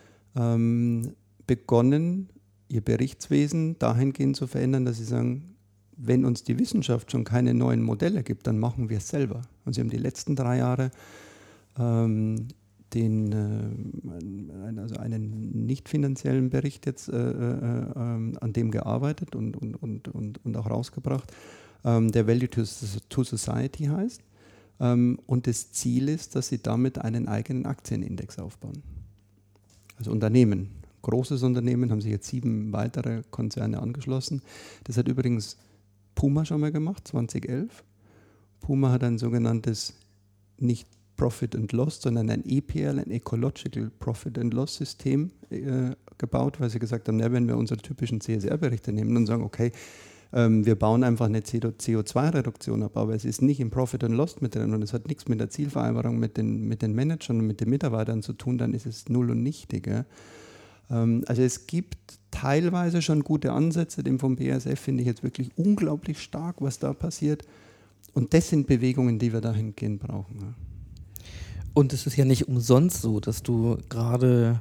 begonnen, ihr Berichtswesen dahingehend zu verändern, dass sie sagen, wenn uns die Wissenschaft schon keine neuen Modelle gibt, dann machen wir es selber. Und sie haben die letzten 3 Jahre einen nicht finanziellen Bericht jetzt an dem gearbeitet und auch rausgebracht, der Value to Society heißt. Und das Ziel ist, dass sie damit einen eigenen Aktienindex aufbauen. Also Unternehmen. Großes Unternehmen, haben sich jetzt 7 weitere Konzerne angeschlossen. Das hat übrigens Puma schon mal gemacht, 2011. Puma hat ein sogenanntes nicht Profit and Loss, sondern ein EPL, ein Ecological Profit and Loss System gebaut, weil sie gesagt haben, wenn wir unsere typischen CSR-Berichte nehmen und sagen, okay, wir bauen einfach eine CO2-Reduktion ab, aber es ist nicht im Profit and Loss mit drin und es hat nichts mit der Zielvereinbarung mit den Managern und mit den Mitarbeitern zu tun, dann ist es null und nichtig. Ja. Also es gibt teilweise schon gute Ansätze, dem vom BASF finde ich jetzt wirklich unglaublich stark, was da passiert. Und das sind Bewegungen, die wir dahingehend brauchen. Ja. Und es ist ja nicht umsonst so, dass du gerade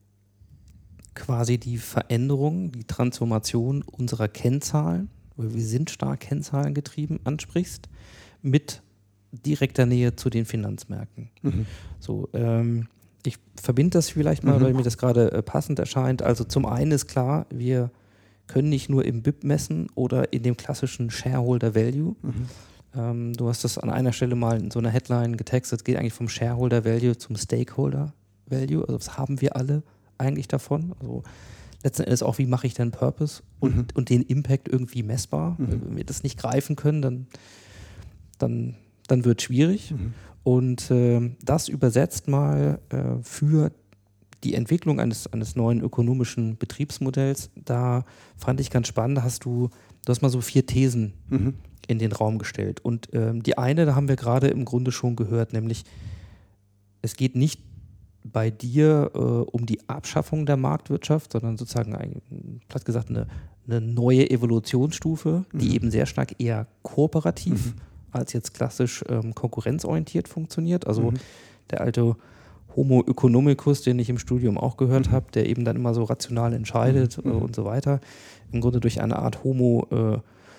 quasi die Veränderung, die Transformation unserer Kennzahlen, weil wir sind stark kennzahlengetrieben, ansprichst, mit direkter Nähe zu den Finanzmärkten. Mhm. So, ich verbinde das vielleicht mal, weil mir das gerade passend erscheint. Also zum einen ist klar, wir können nicht nur im BIP messen oder in dem klassischen Shareholder Value. Du hast das an einer Stelle mal in so einer Headline getextet, es geht eigentlich vom Shareholder Value zum Stakeholder Value. Also das haben wir alle eigentlich davon. Also letzten Endes auch, wie mache ich denn Purpose und den Impact irgendwie messbar. Wenn wir das nicht greifen können, dann wird es schwierig. Und das übersetzt mal für die Entwicklung eines neuen ökonomischen Betriebsmodells, da fand ich ganz spannend, du hast mal so 4 Thesen in den Raum gestellt. Und die eine, da haben wir gerade im Grunde schon gehört, nämlich es geht nicht bei dir um die Abschaffung der Marktwirtschaft, sondern sozusagen, platt gesagt, eine neue Evolutionsstufe, die eben sehr stark eher kooperativ als jetzt klassisch konkurrenzorientiert funktioniert. Also der alte Homo economicus, den ich im Studium auch gehört habe, der eben dann immer so rational entscheidet und so weiter, im Grunde durch eine Art Homo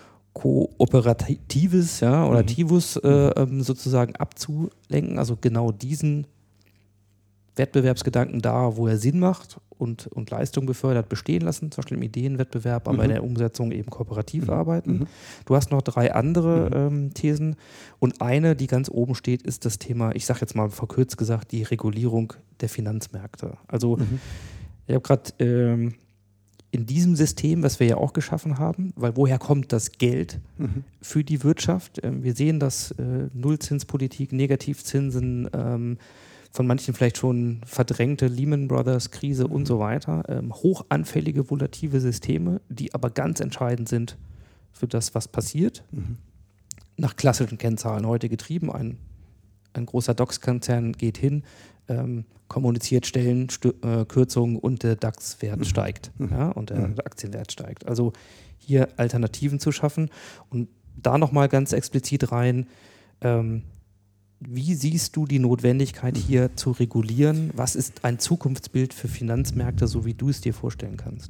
kooperatives oder Tivus sozusagen abzulenken, also genau diesen Wettbewerbsgedanken da, wo er Sinn macht und Leistung befördert, bestehen lassen, zum Beispiel im Ideenwettbewerb, aber in der Umsetzung eben kooperativ arbeiten. Du hast noch 3 andere Thesen und eine, die ganz oben steht, ist das Thema, ich sage jetzt mal verkürzt gesagt, die Regulierung der Finanzmärkte. Also ich habe gerade in diesem System, was wir ja auch geschaffen haben, weil woher kommt das Geld für die Wirtschaft? Wir sehen, dass Nullzinspolitik, Negativzinsen, von manchen vielleicht schon verdrängte Lehman Brothers Krise und so weiter, hochanfällige, volative Systeme, die aber ganz entscheidend sind für das, was passiert. Nach klassischen Kennzahlen heute getrieben. Ein großer DAX-Konzern geht hin, kommuniziert Stellenkürzungen und der DAX-Wert steigt, ja, und der Aktienwert steigt. Also hier Alternativen zu schaffen und da nochmal ganz explizit rein, wie siehst du die Notwendigkeit hier zu regulieren? Was ist ein Zukunftsbild für Finanzmärkte, so wie du es dir vorstellen kannst?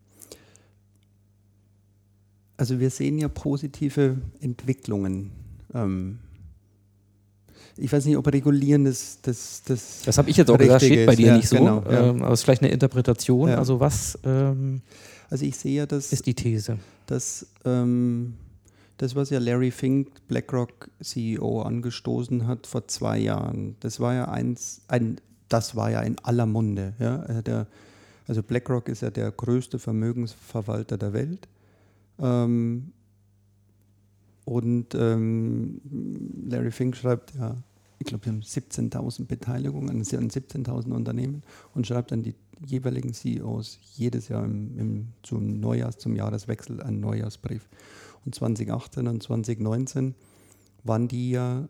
Also wir sehen ja positive Entwicklungen. Ich weiß nicht, ob regulieren das habe ich jetzt auch gesagt, steht bei dir ja, nicht so. Genau, ja. Aber es ist vielleicht eine Interpretation. Ja. Also was also ich sehe ja, ist die These? Dass das, was ja Larry Fink, BlackRock CEO, angestoßen hat vor 2 Jahren, das war ja in aller Munde. Ja? Also BlackRock ist ja der größte Vermögensverwalter der Welt. Larry Fink schreibt, ja, ich glaube, wir haben 17.000 Beteiligungen, sie haben 17.000 Unternehmen und schreibt an die jeweiligen CEOs jedes Jahr zum Jahreswechsel einen Neujahrsbrief. Und 2018 und 2019 waren die ja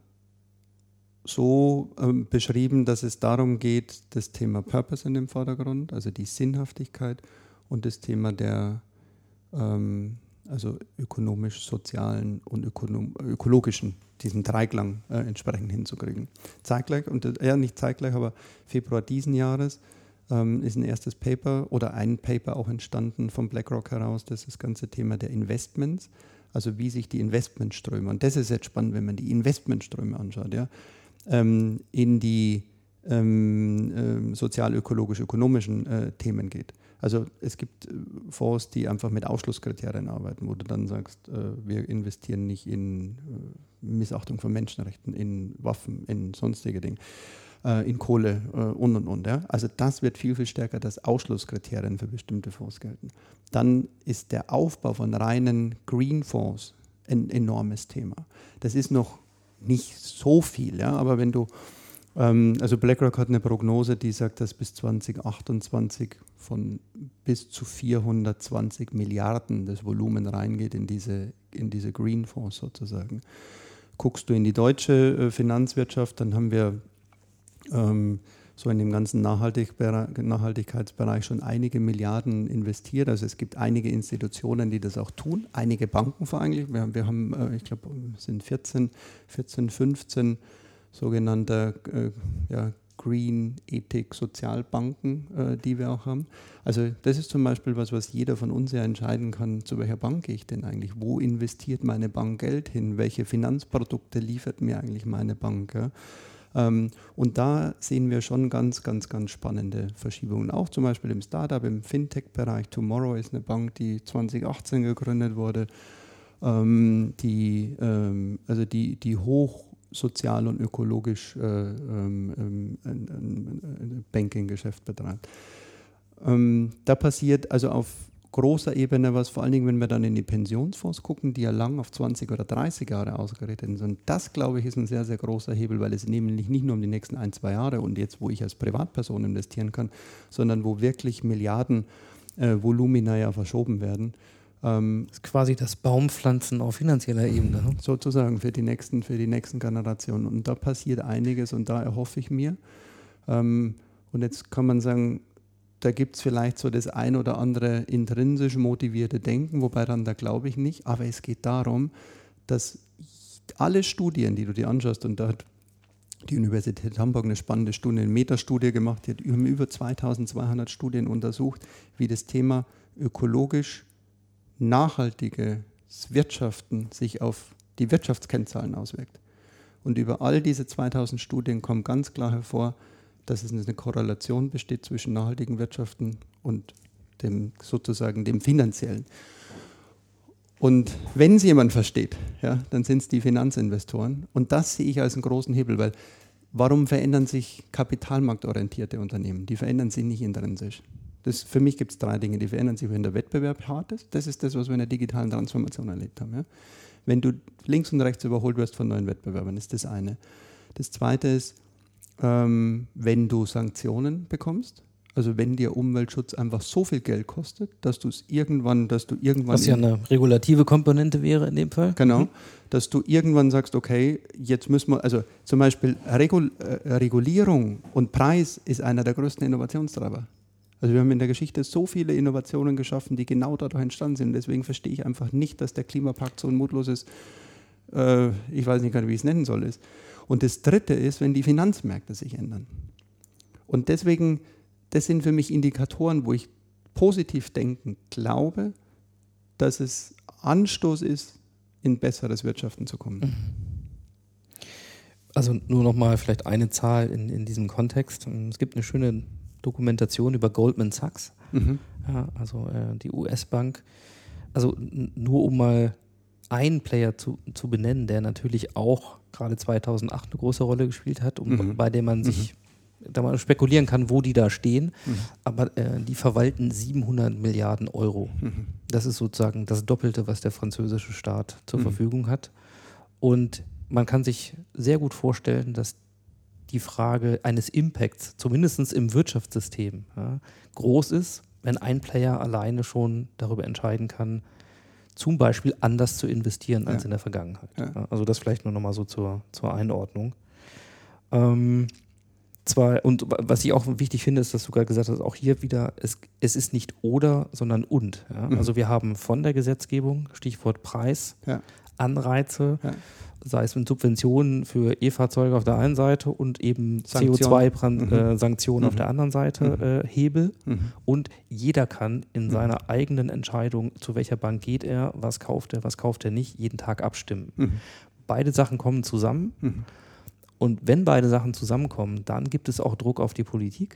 so beschrieben, dass es darum geht, das Thema Purpose in dem Vordergrund, also die Sinnhaftigkeit und das Thema der also ökonomisch-sozialen und ökologischen, diesen Dreiklang entsprechend hinzukriegen. Zeitgleich, nicht zeitgleich, aber Februar diesen Jahres ist ein erstes Paper oder ein Paper auch entstanden von BlackRock heraus, das ist das ganze Thema der Investments, also wie sich die Investmentströme, und das ist jetzt spannend, wenn man die Investmentströme anschaut, ja, in die sozial-ökologisch-ökonomischen Themen geht. Also es gibt Fonds, die einfach mit Ausschlusskriterien arbeiten, wo du dann sagst, wir investieren nicht in Missachtung von Menschenrechten, in Waffen, in sonstige Dinge, in Kohle und. Ja? Also das wird viel, viel stärker als Ausschlusskriterien für bestimmte Fonds gelten. Dann ist der Aufbau von reinen Green Fonds ein enormes Thema. Das ist noch nicht so viel, ja? Aber wenn du also BlackRock hat eine Prognose, die sagt, dass bis 2028 von bis zu 420 Milliarden das Volumen reingeht in diese Green Fonds sozusagen. Guckst du in die deutsche Finanzwirtschaft, dann haben wir so in dem ganzen Nachhaltigkeitsbereich schon einige Milliarden investiert. Also es gibt einige Institutionen, die das auch tun, einige Banken vor allem. Wir haben, ich glaube, es sind 14, 15 sogenannte Green Ethik Sozialbanken, die wir auch haben. Also das ist zum Beispiel was jeder von uns ja entscheiden kann, zu welcher Bank gehe ich denn eigentlich? Wo investiert meine Bank Geld hin? Welche Finanzprodukte liefert mir eigentlich meine Bank? Ja? Und da sehen wir schon ganz, ganz, ganz spannende Verschiebungen. Auch zum Beispiel im Startup, im Fintech-Bereich. Tomorrow ist eine Bank, die 2018 gegründet wurde, die hoch sozial und ökologisch ein Banking-Geschäft betreibt. Da passiert also auf großer Ebene was, vor allen Dingen, wenn wir dann in die Pensionsfonds gucken, die ja lang auf 20 oder 30 Jahre ausgerichtet sind. Und das, glaube ich, ist ein sehr, sehr großer Hebel, weil es nämlich nicht nur um die nächsten 1-2 Jahre und jetzt, wo ich als Privatperson investieren kann, sondern wo wirklich Milliarden Volumina ja verschoben werden. Das ist quasi das Baumpflanzen auf finanzieller Ebene. Ne? Sozusagen für die nächsten Generationen. Und da passiert einiges und da erhoffe ich mir. Und jetzt kann man sagen, da gibt es vielleicht so das ein oder andere intrinsisch motivierte Denken, wobei dann da glaube ich nicht. Aber es geht darum, dass alle Studien, die du dir anschaust, und da hat die Universität Hamburg eine spannende Studie, eine Metastudie gemacht, die haben über 2200 Studien untersucht, wie das Thema ökologisch nachhaltiges Wirtschaften sich auf die Wirtschaftskennzahlen auswirkt. Und über all diese 2000 Studien kommt ganz klar hervor, dass es eine Korrelation besteht zwischen nachhaltigen Wirtschaften und dem finanziellen. Und wenn es jemand versteht, ja, dann sind es die Finanzinvestoren. Und das sehe ich als einen großen Hebel, weil warum verändern sich kapitalmarktorientierte Unternehmen? Die verändern sich nicht intrinsisch. Für mich gibt es 3 Dinge, die verändern sich, wenn der Wettbewerb hart ist. Das ist das, was wir in der digitalen Transformation erlebt haben. Ja? Wenn du links und rechts überholt wirst von neuen Wettbewerbern, ist das eine. Das zweite ist, wenn du Sanktionen bekommst, also wenn dir Umweltschutz einfach so viel Geld kostet, dass du irgendwann... Was ja eine regulative Komponente wäre in dem Fall. Genau, dass du irgendwann sagst, okay, jetzt müssen wir, also zum Beispiel Regulierung und Preis ist einer der größten Innovationstreiber. Also wir haben in der Geschichte so viele Innovationen geschaffen, die genau dadurch entstanden sind. Deswegen verstehe ich einfach nicht, dass der Klimapakt so ein mutloses, ich weiß nicht gar nicht, wie ich es nennen soll, ist. Und das Dritte ist, wenn die Finanzmärkte sich ändern. Und deswegen, das sind für mich Indikatoren, wo ich positiv denken glaube, dass es Anstoß ist, in besseres Wirtschaften zu kommen. Also nur nochmal vielleicht eine Zahl in diesem Kontext. Es gibt eine schöne Dokumentation über Goldman Sachs, ja, also die US-Bank. Also nur um mal einen Player zu benennen, der natürlich auch gerade 2008 eine große Rolle gespielt hat, bei dem man sich da mal spekulieren kann, wo die da stehen. Aber die verwalten 700 Milliarden Euro. Das ist sozusagen das Doppelte, was der französische Staat zur Verfügung hat. Und man kann sich sehr gut vorstellen, dass die Frage eines Impacts, zumindest im Wirtschaftssystem, ja, groß ist, wenn ein Player alleine schon darüber entscheiden kann, zum Beispiel anders zu investieren als in der Vergangenheit. Ja. Also das vielleicht nur nochmal so zur Einordnung. Und was ich auch wichtig finde, ist, dass du gerade gesagt hast, auch hier wieder, es ist nicht oder, sondern und. Ja? Also wir haben von der Gesetzgebung, Stichwort Preis, Anreize, sei es mit Subventionen für E-Fahrzeuge auf der einen Seite und eben CO2-Sanktionen auf der anderen Seite, Hebel. Und jeder kann in seiner eigenen Entscheidung, zu welcher Bank geht er, was kauft er nicht, jeden Tag abstimmen. Beide Sachen kommen zusammen. Und wenn beide Sachen zusammenkommen, dann gibt es auch Druck auf die Politik,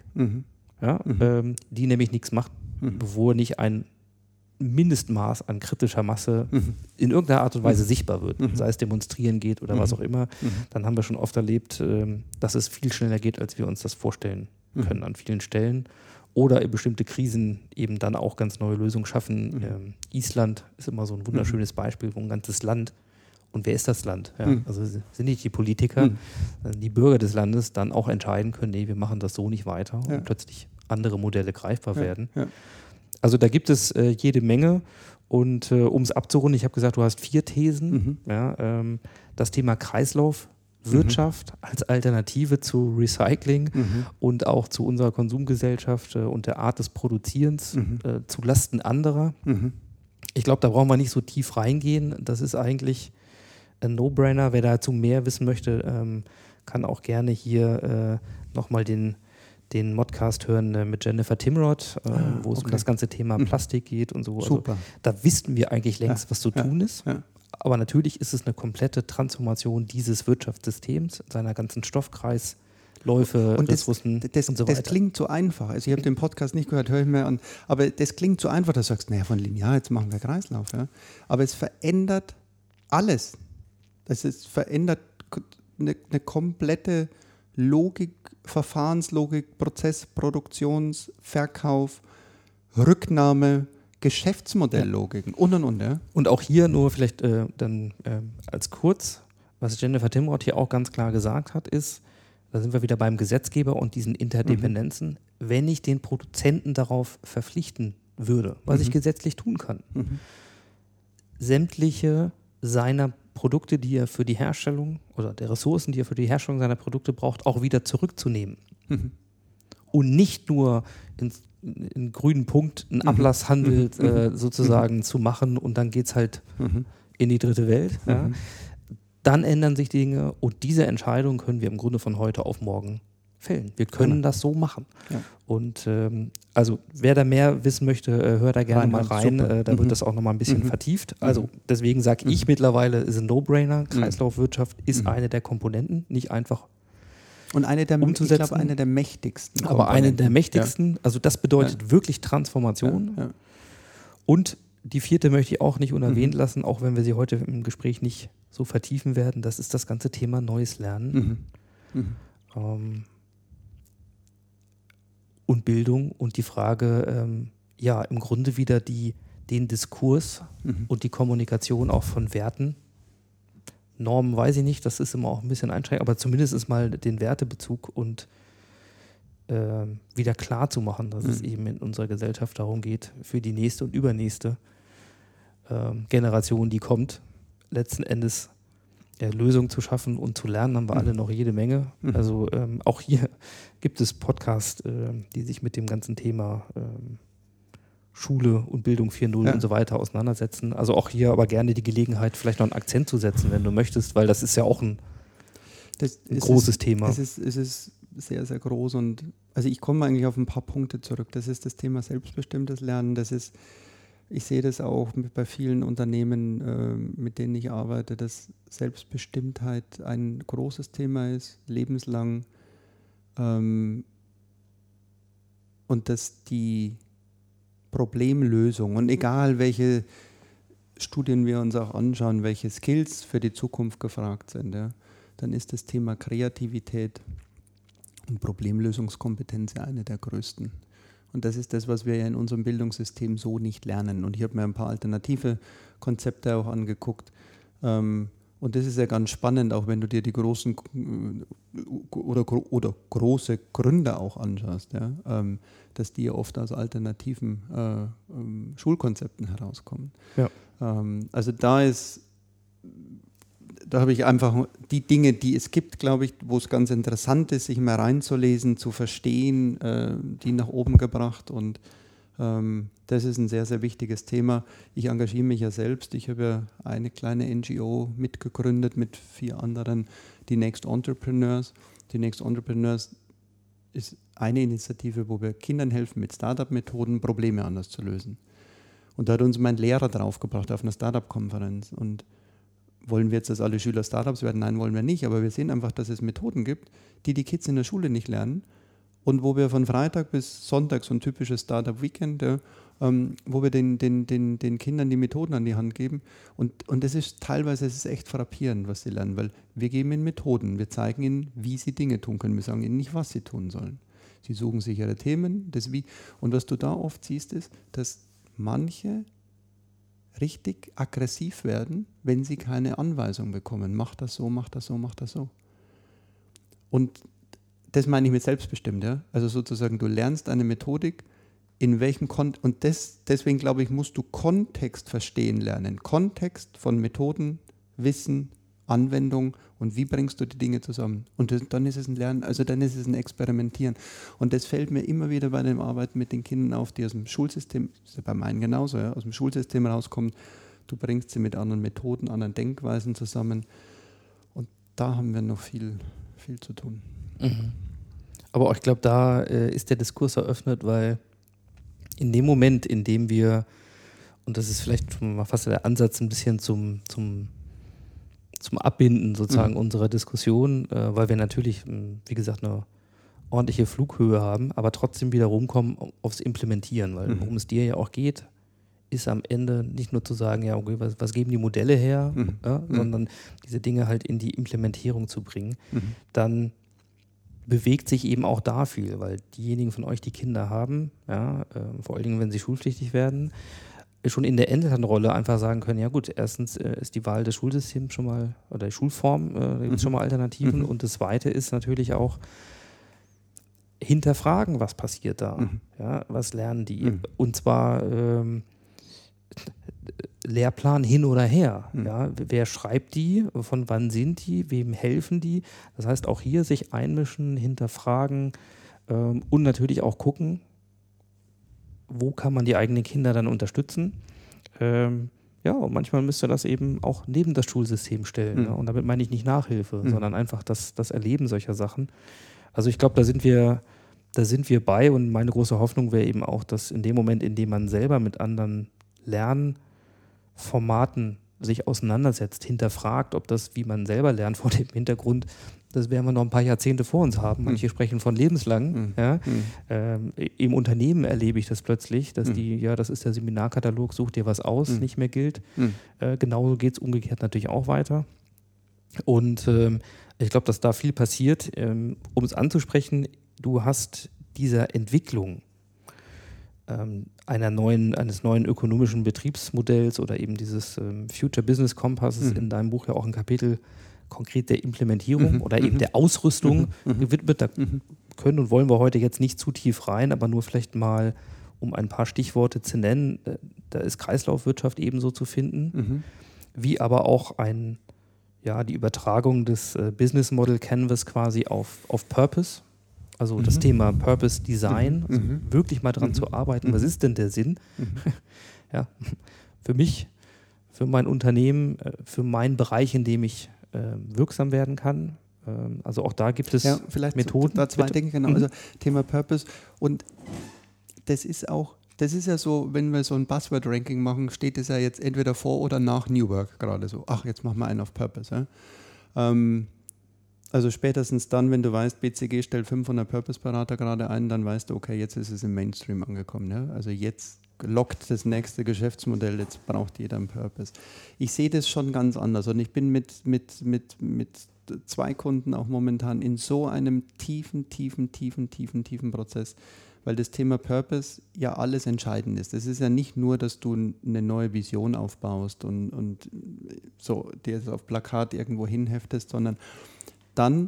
die nämlich nichts macht, bevor nicht ein Mindestmaß an kritischer Masse in irgendeiner Art und Weise sichtbar wird, sei es demonstrieren geht oder was auch immer, dann haben wir schon oft erlebt, dass es viel schneller geht, als wir uns das vorstellen können an vielen Stellen oder in bestimmte Krisen eben dann auch ganz neue Lösungen schaffen. Island ist immer so ein wunderschönes Beispiel, wo ein ganzes Land, und wer ist das Land? Ja, also sind nicht die Politiker, die Bürger des Landes dann auch entscheiden können, nee, wir machen das so nicht weiter und plötzlich andere Modelle greifbar werden. Also da gibt es jede Menge und um es abzurunden, ich habe gesagt, du hast 4 Thesen. Das Thema Kreislaufwirtschaft als Alternative zu Recycling und auch zu unserer Konsumgesellschaft und der Art des Produzierens zu Lasten anderer. Ich glaube, da brauchen wir nicht so tief reingehen. Das ist eigentlich ein No-Brainer. Wer dazu mehr wissen möchte, kann auch gerne hier nochmal den Modcast hören mit Jennifer Timrod, wo es um das ganze Thema Plastik geht und so. Super. Also, da wissen wir eigentlich längst, was zu tun ist. Aber natürlich ist es eine komplette Transformation dieses Wirtschaftssystems, seiner ganzen Stoffkreisläufe, Ressourcen und so weiter. Das klingt so einfach. Also ich habe den Podcast nicht gehört, höre ich mir an. Aber das klingt so einfach, dass du sagst, naja, von linear, jetzt machen wir Kreislauf. Ja? Aber es verändert alles. Verändert eine komplette Logik, Verfahrenslogik, Prozess, Produktions-, Verkauf, Rücknahme, Geschäftsmodelllogiken und. Ja. Und auch hier nur vielleicht als kurz, was Jennifer Timrod hier auch ganz klar gesagt hat, ist, da sind wir wieder beim Gesetzgeber und diesen Interdependenzen, wenn ich den Produzenten darauf verpflichten würde, was ich gesetzlich tun kann, sämtliche seiner Produkte, die er für die Herstellung oder der Ressourcen, die er für die Herstellung seiner Produkte braucht, auch wieder zurückzunehmen. Und nicht nur in grünen Punkt einen Ablasshandel sozusagen zu machen und dann geht es halt in die dritte Welt. Ja. Dann ändern sich die Dinge und diese Entscheidung können wir im Grunde von heute auf morgen fällen. Wir können das so machen. Ja. Und also wer da mehr wissen möchte, hört da gerne mal rein. Da wird das auch nochmal ein bisschen vertieft. Also deswegen sage ich mittlerweile, ist ein No-Brainer. Kreislaufwirtschaft ist eine der Komponenten, nicht einfach und umzusetzen. Ich glaube, eine der mächtigsten. Aber eine der mächtigsten. Also das bedeutet wirklich Transformation. Und die 4. möchte ich auch nicht unerwähnt lassen, auch wenn wir sie heute im Gespräch nicht so vertiefen werden. Das ist das ganze Thema Neues Lernen. und Bildung und die Frage, im Grunde wieder den Diskurs und die Kommunikation auch von Werten. Normen weiß ich nicht, das ist immer auch ein bisschen einschränkend, aber zumindest ist mal den Wertebezug und wieder klar zu machen, dass es eben in unserer Gesellschaft darum geht, für die nächste und übernächste Generation, die kommt, letzten Endes Lösungen zu schaffen und zu lernen, haben wir alle noch jede Menge. Also auch hier gibt es Podcasts, die sich mit dem ganzen Thema Schule und Bildung 4.0 und so weiter auseinandersetzen. Also auch hier aber gerne die Gelegenheit, vielleicht noch einen Akzent zu setzen, wenn du möchtest, weil das ist ja auch ein großes Thema. Es ist sehr, sehr groß und also ich komme eigentlich auf ein paar Punkte zurück. Das ist das Thema selbstbestimmtes Lernen. Ich sehe das auch bei vielen Unternehmen, mit denen ich arbeite, dass Selbstbestimmtheit ein großes Thema ist, lebenslang. Und dass die Problemlösung, und egal welche Studien wir uns auch anschauen, welche Skills für die Zukunft gefragt sind, dann ist das Thema Kreativität und Problemlösungskompetenz ja eine der größten. Und das ist das, was wir ja in unserem Bildungssystem so nicht lernen. Und ich habe mir ein paar alternative Konzepte auch angeguckt. Und das ist ja ganz spannend, auch wenn du dir die großen oder große Gründe auch anschaust, dass die ja oft aus alternativen Schulkonzepten herauskommen. Ja. Also da habe ich einfach die Dinge, die es gibt, glaube ich, wo es ganz interessant ist, sich mal reinzulesen, zu verstehen, die nach oben gebracht und das ist ein sehr, sehr wichtiges Thema. Ich engagiere mich ja selbst. Ich habe ja eine kleine NGO mitgegründet mit 4 anderen, die Next Entrepreneurs. Die Next Entrepreneurs ist eine Initiative, wo wir Kindern helfen, mit Startup-Methoden Probleme anders zu lösen. Und da hat uns mein Lehrer draufgebracht auf einer Startup-Konferenz. Und wollen wir jetzt, dass alle Schüler Startups werden? Nein, wollen wir nicht. Aber wir sehen einfach, dass es Methoden gibt, die Kids in der Schule nicht lernen. Und wo wir von Freitag bis Sonntag, so ein typisches Startup-Weekend, wo wir den Kindern die Methoden an die Hand geben. Und das ist teilweise echt frappierend, was sie lernen, weil wir geben ihnen Methoden. Wir zeigen ihnen, wie sie Dinge tun können. Wir sagen ihnen nicht, was sie tun sollen. Sie suchen sich ihre Themen, das Wie. Und was du da oft siehst, ist, dass manche richtig aggressiv werden, wenn sie keine Anweisung bekommen. Mach das so, mach das so, mach das so. Und das meine ich mit selbstbestimmt. Ja? Also sozusagen, du lernst eine Methodik, in welchem Kontext, und deswegen glaube ich, musst du Kontext verstehen lernen. Kontext von Methoden, Wissen, Anwendung und wie bringst du die Dinge zusammen. Und dann ist es ein Lernen, also dann ist es ein Experimentieren. Und das fällt mir immer wieder bei dem Arbeiten mit den Kindern auf, die aus dem Schulsystem, das ist ja bei meinen genauso, aus dem Schulsystem rauskommen. Du bringst sie mit anderen Methoden, anderen Denkweisen zusammen. Und da haben wir noch viel, viel zu tun. Mhm. Aber auch, ich glaube, da ist der Diskurs eröffnet, weil in dem Moment, in dem wir, und das ist vielleicht schon mal fast der Ansatz ein bisschen zum Abbinden sozusagen unserer Diskussion, weil wir natürlich, wie gesagt, eine ordentliche Flughöhe haben, aber trotzdem wieder rumkommen aufs Implementieren, weil worum es dir ja auch geht, ist am Ende nicht nur zu sagen, ja, okay, was geben die Modelle her, sondern diese Dinge halt in die Implementierung zu bringen, dann bewegt sich eben auch da viel, weil diejenigen von euch, die Kinder haben, vor allen Dingen, wenn sie schulpflichtig werden, schon in der Elternrolle einfach sagen können, ja gut, erstens ist die Wahl des Schulsystems schon mal, oder die Schulform, da gibt es schon mal Alternativen und das Zweite ist natürlich auch hinterfragen, was passiert da, was lernen die und zwar Lehrplan hin oder her. Ja? Wer schreibt die? Von wann sind die? Wem helfen die? Das heißt, auch hier sich einmischen, hinterfragen und natürlich auch gucken, wo kann man die eigenen Kinder dann unterstützen. Und manchmal müsste das eben auch neben das Schulsystem stellen. Ja? Und damit meine ich nicht Nachhilfe, sondern einfach das Erleben solcher Sachen. Also ich glaube, da sind wir bei und meine große Hoffnung wäre eben auch, dass in dem Moment, in dem man selber mit anderen Lernformaten sich auseinandersetzt, hinterfragt, ob das, wie man selber lernt, vor dem Hintergrund, das werden wir noch ein paar Jahrzehnte vor uns haben. Manche sprechen von lebenslang. Im Unternehmen erlebe ich das plötzlich, dass das ist der Seminarkatalog, such dir was aus, nicht mehr gilt. Genauso geht es umgekehrt natürlich auch weiter. Und ich glaube, dass da viel passiert. Um es anzusprechen, du hast dieser Entwicklung eines neuen ökonomischen Betriebsmodells oder eben dieses Future Business Kompasses in deinem Buch ja auch ein Kapitel konkret der Implementierung oder eben der Ausrüstung gewidmet. Da können und wollen wir heute jetzt nicht zu tief rein, aber nur vielleicht mal, um ein paar Stichworte zu nennen, da ist Kreislaufwirtschaft ebenso zu finden, wie aber auch die Übertragung des Business Model Canvas quasi auf Purpose. Also das Thema Purpose Design, also wirklich mal dran zu arbeiten. Was ist denn der Sinn? Ja, für mich, für mein Unternehmen, für meinen Bereich, in dem ich wirksam werden kann. Also auch da gibt es vielleicht Methoden. Da zwei Dinge, genau. Also Thema Purpose. Und das ist ja so, wenn wir so ein Buzzword-Ranking machen, steht es ja jetzt entweder vor oder nach New Work gerade so. Ach, jetzt machen wir einen auf Purpose. Ja? Also spätestens dann, wenn du weißt, BCG stellt 500 Purpose-Berater gerade ein, dann weißt du, okay, jetzt ist es im Mainstream angekommen. Ja? Also jetzt lockt das nächste Geschäftsmodell, jetzt braucht jeder einen Purpose. Ich sehe das schon ganz anders und ich bin mit 2 Kunden auch momentan in so einem tiefen Prozess, weil das Thema Purpose ja alles entscheidend ist. Es ist ja nicht nur, dass du eine neue Vision aufbaust und so dir das auf Plakat irgendwo hinheftest, sondern dann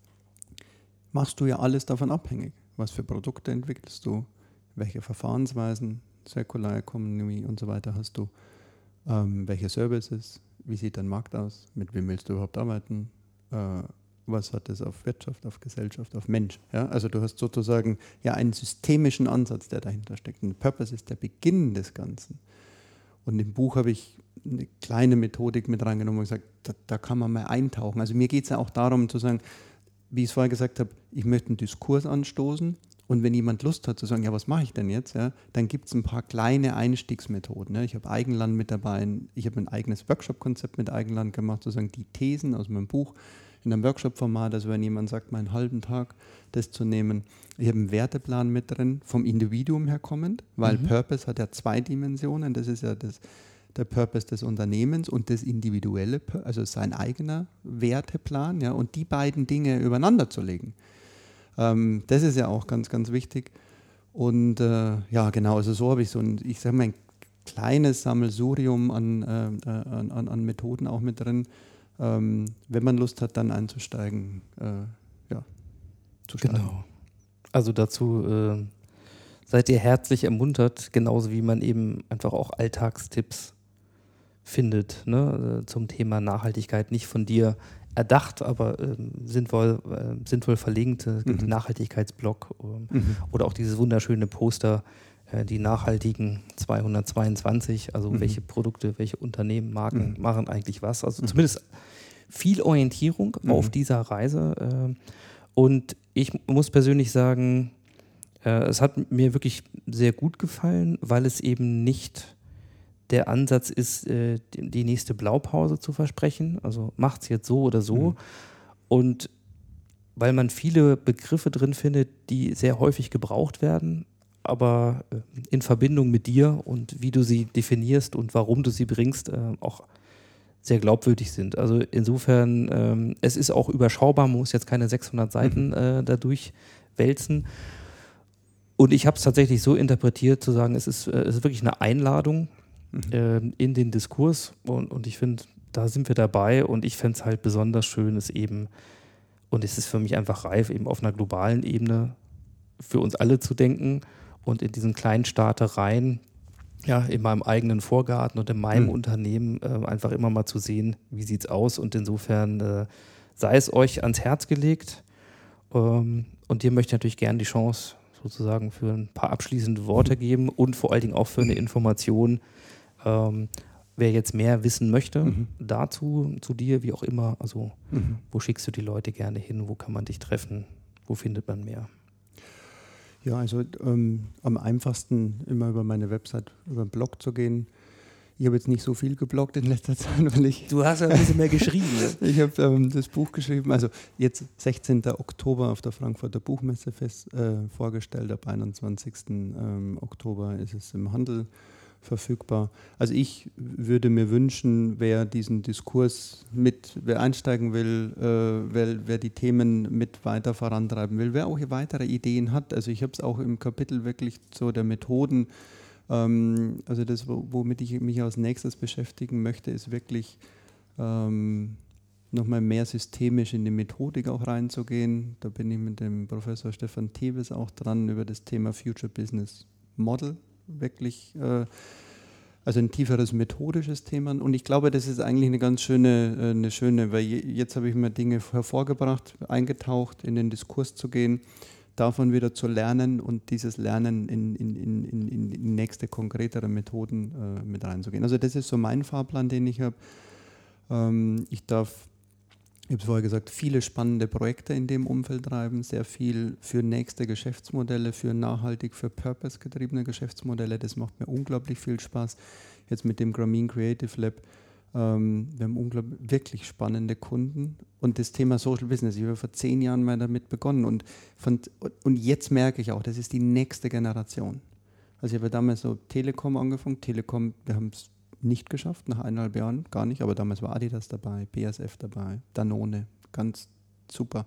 machst du ja alles davon abhängig. Was für Produkte entwickelst du, welche Verfahrensweisen, Circular Economy und so weiter hast du, welche Services, wie sieht dein Markt aus, mit wem willst du überhaupt arbeiten, was hat es auf Wirtschaft, auf Gesellschaft, auf Mensch. Ja? Also du hast sozusagen ja einen systemischen Ansatz, der dahinter steckt. Und der Purpose ist der Beginn des Ganzen. Und im Buch habe ich eine kleine Methodik mit reingenommen und gesagt, da kann man mal eintauchen. Also mir geht es ja auch darum zu sagen, wie ich es vorher gesagt habe, ich möchte einen Diskurs anstoßen und wenn jemand Lust hat zu sagen, ja, was mache ich denn jetzt, ja, dann gibt es ein paar kleine Einstiegsmethoden. Ja. Ich habe Eigenland mit dabei, ich habe ein eigenes Workshop-Konzept mit Eigenland gemacht, sozusagen die Thesen aus meinem Buch in einem Workshop-Format, also wenn jemand sagt, mal einen halben Tag das zu nehmen. Ich habe einen Werteplan mit drin, vom Individuum her kommend, weil Purpose hat ja 2 Dimensionen, das ist ja der Purpose des Unternehmens und das individuelle, also sein eigener Werteplan, ja, und die beiden Dinge übereinander zu legen. Das ist ja auch ganz, ganz wichtig. Und ja, genau, also so habe ich so ein kleines Sammelsurium an Methoden auch mit drin, wenn man Lust hat, dann einzusteigen, zu starten. Genau. Also dazu seid ihr herzlich ermuntert, genauso wie man eben einfach auch Alltagstipps findet, ne, zum Thema Nachhaltigkeit, nicht von dir erdacht, aber sinnvoll verlinkt. Es gibt den Nachhaltigkeitsblog oder auch dieses wunderschöne Poster, die nachhaltigen 222, also welche Produkte, welche Unternehmen, Marken machen eigentlich was. Also zumindest viel Orientierung auf dieser Reise. Und ich muss persönlich sagen, es hat mir wirklich sehr gut gefallen, weil es eben nicht der Ansatz ist, die nächste Blaupause zu versprechen. Also macht's jetzt so oder so. Und weil man viele Begriffe drin findet, die sehr häufig gebraucht werden, aber in Verbindung mit dir und wie du sie definierst und warum du sie bringst, auch sehr glaubwürdig sind. Also insofern, es ist auch überschaubar, man muss jetzt keine 600 Seiten dadurch wälzen. Und ich habe es tatsächlich so interpretiert, zu sagen, es ist wirklich eine Einladung in den Diskurs und ich finde, da sind wir dabei und ich fände es halt besonders schön, es ist für mich einfach reif, eben auf einer globalen Ebene für uns alle zu denken und in diesen kleinen Startereien, ja, in meinem eigenen Vorgarten und in meinem Unternehmen einfach immer mal zu sehen, wie sieht es aus und insofern sei es euch ans Herz gelegt und dir möchte ich natürlich gerne die Chance sozusagen für ein paar abschließende Worte geben und vor allen Dingen auch für eine Information, wer jetzt mehr wissen möchte dazu, zu dir, wie auch immer, also wo schickst du die Leute gerne hin, wo kann man dich treffen, wo findet man mehr? Ja, also am einfachsten immer über meine Website, über den Blog zu gehen. Ich habe jetzt nicht so viel gebloggt in letzter Zeit, weil Du hast ja ein bisschen mehr geschrieben. Ich habe das Buch geschrieben, also jetzt 16. Oktober auf der Frankfurter Buchmesse vorgestellt, ab 21. Oktober ist es im Handel verfügbar. Also ich würde mir wünschen, wer diesen Diskurs wer einsteigen will, wer die Themen mit weiter vorantreiben will, wer auch weitere Ideen hat. Also ich habe es auch im Kapitel wirklich so der Methoden, also das, womit ich mich als nächstes beschäftigen möchte, ist wirklich nochmal mehr systemisch in die Methodik auch reinzugehen. Da bin ich mit dem Professor Stefan Teves auch dran, über das Thema Future Business Model wirklich, also ein tieferes methodisches Thema. Und ich glaube, das ist eigentlich eine ganz schöne, weil jetzt habe ich mir Dinge hervorgebracht, eingetaucht, in den Diskurs zu gehen, davon wieder zu lernen und dieses Lernen in nächste konkretere Methoden mit reinzugehen. Also das ist so mein Fahrplan, den ich habe. Ich habe es vorher gesagt, viele spannende Projekte in dem Umfeld treiben, sehr viel für nächste Geschäftsmodelle, für nachhaltig, für Purpose-getriebene Geschäftsmodelle. Das macht mir unglaublich viel Spaß. Jetzt mit dem Grameen Creative Lab. Wir haben wirklich spannende Kunden. Und das Thema Social Business, ich habe vor 10 Jahren mal damit begonnen. Und jetzt merke ich auch, das ist die nächste Generation. Also ich habe damals so Telekom angefangen. Telekom, wir haben es nicht geschafft, nach 1,5 Jahren, gar nicht, aber damals war Adidas dabei, BASF dabei, Danone, ganz super.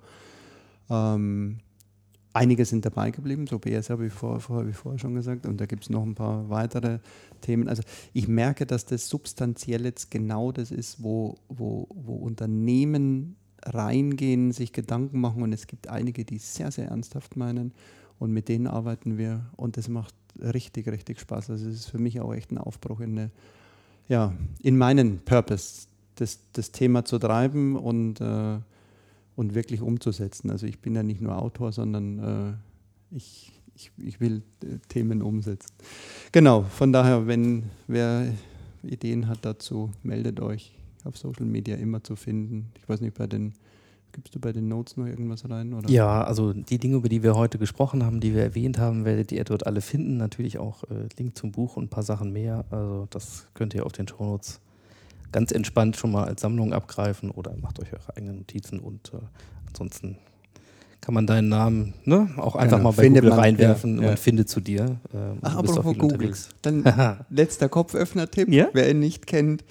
Einige sind dabei geblieben, so BASF habe ich vorher schon gesagt, und da gibt es noch ein paar weitere Themen. Also ich merke, dass das substanziell jetzt genau das ist, wo Unternehmen reingehen, sich Gedanken machen, und es gibt einige, die es sehr, sehr ernsthaft meinen, und mit denen arbeiten wir, und das macht richtig, richtig Spaß. Also es ist für mich auch echt ein Aufbruch in meinen Purpose, das Thema zu treiben und wirklich umzusetzen. Also ich bin ja nicht nur Autor, sondern ich will Themen umsetzen. Genau, von daher, wer Ideen hat dazu, meldet euch. Auf Social Media immer zu finden. Ich weiß nicht, gibst du bei den Notes noch irgendwas rein? Oder? Ja, also die Dinge, über die wir heute gesprochen haben, die wir erwähnt haben, werdet ihr dort alle finden. Natürlich auch Link zum Buch und ein paar Sachen mehr. Also das könnt ihr auf den Shownotes ganz entspannt schon mal als Sammlung abgreifen oder macht euch eure eigenen Notizen, und ansonsten kann man deinen Namen auch einfach mal bei Google reinwerfen und findet zu dir. Ach, apropos Google. Unterwegs. Dann letzter Kopföffner-Tipp, wer ihn nicht kennt.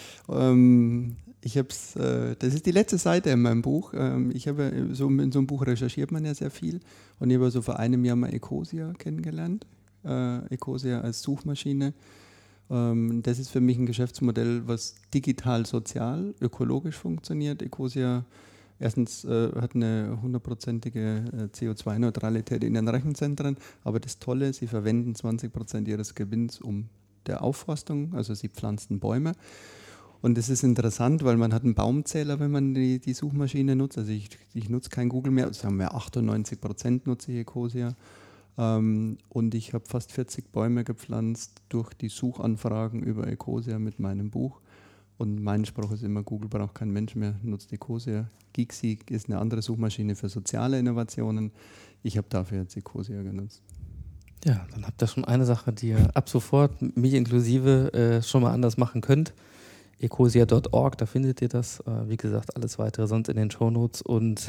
Das ist die letzte Seite in meinem Buch. Ich habe in so einem Buch recherchiert man ja sehr viel, und ich habe so vor einem Jahr mal Ecosia kennengelernt. Ecosia als Suchmaschine. Das ist für mich ein Geschäftsmodell, was digital, sozial, ökologisch funktioniert. Ecosia erstens hat eine 100%ige CO2-Neutralität in den Rechenzentren, aber das Tolle, sie verwenden 20% ihres Gewinns der Aufforstung, also sie pflanzen Bäume. Und das ist interessant, weil man hat einen Baumzähler, wenn man die Suchmaschine nutzt. Also ich nutze kein Google mehr, sagen wir 98% nutze ich Ecosia. Und ich habe fast 40 Bäume gepflanzt durch die Suchanfragen über Ecosia mit meinem Buch. Und mein Spruch ist immer, Google braucht kein Mensch mehr, nutzt Ecosia. Geeksy ist eine andere Suchmaschine für soziale Innovationen. Ich habe dafür jetzt Ecosia genutzt. Ja, dann habt ihr schon eine Sache, die ihr ab sofort, mich inklusive, schon mal anders machen könnt. Ecosia.org, da findet ihr das. Wie gesagt, alles weitere sonst in den Shownotes. Und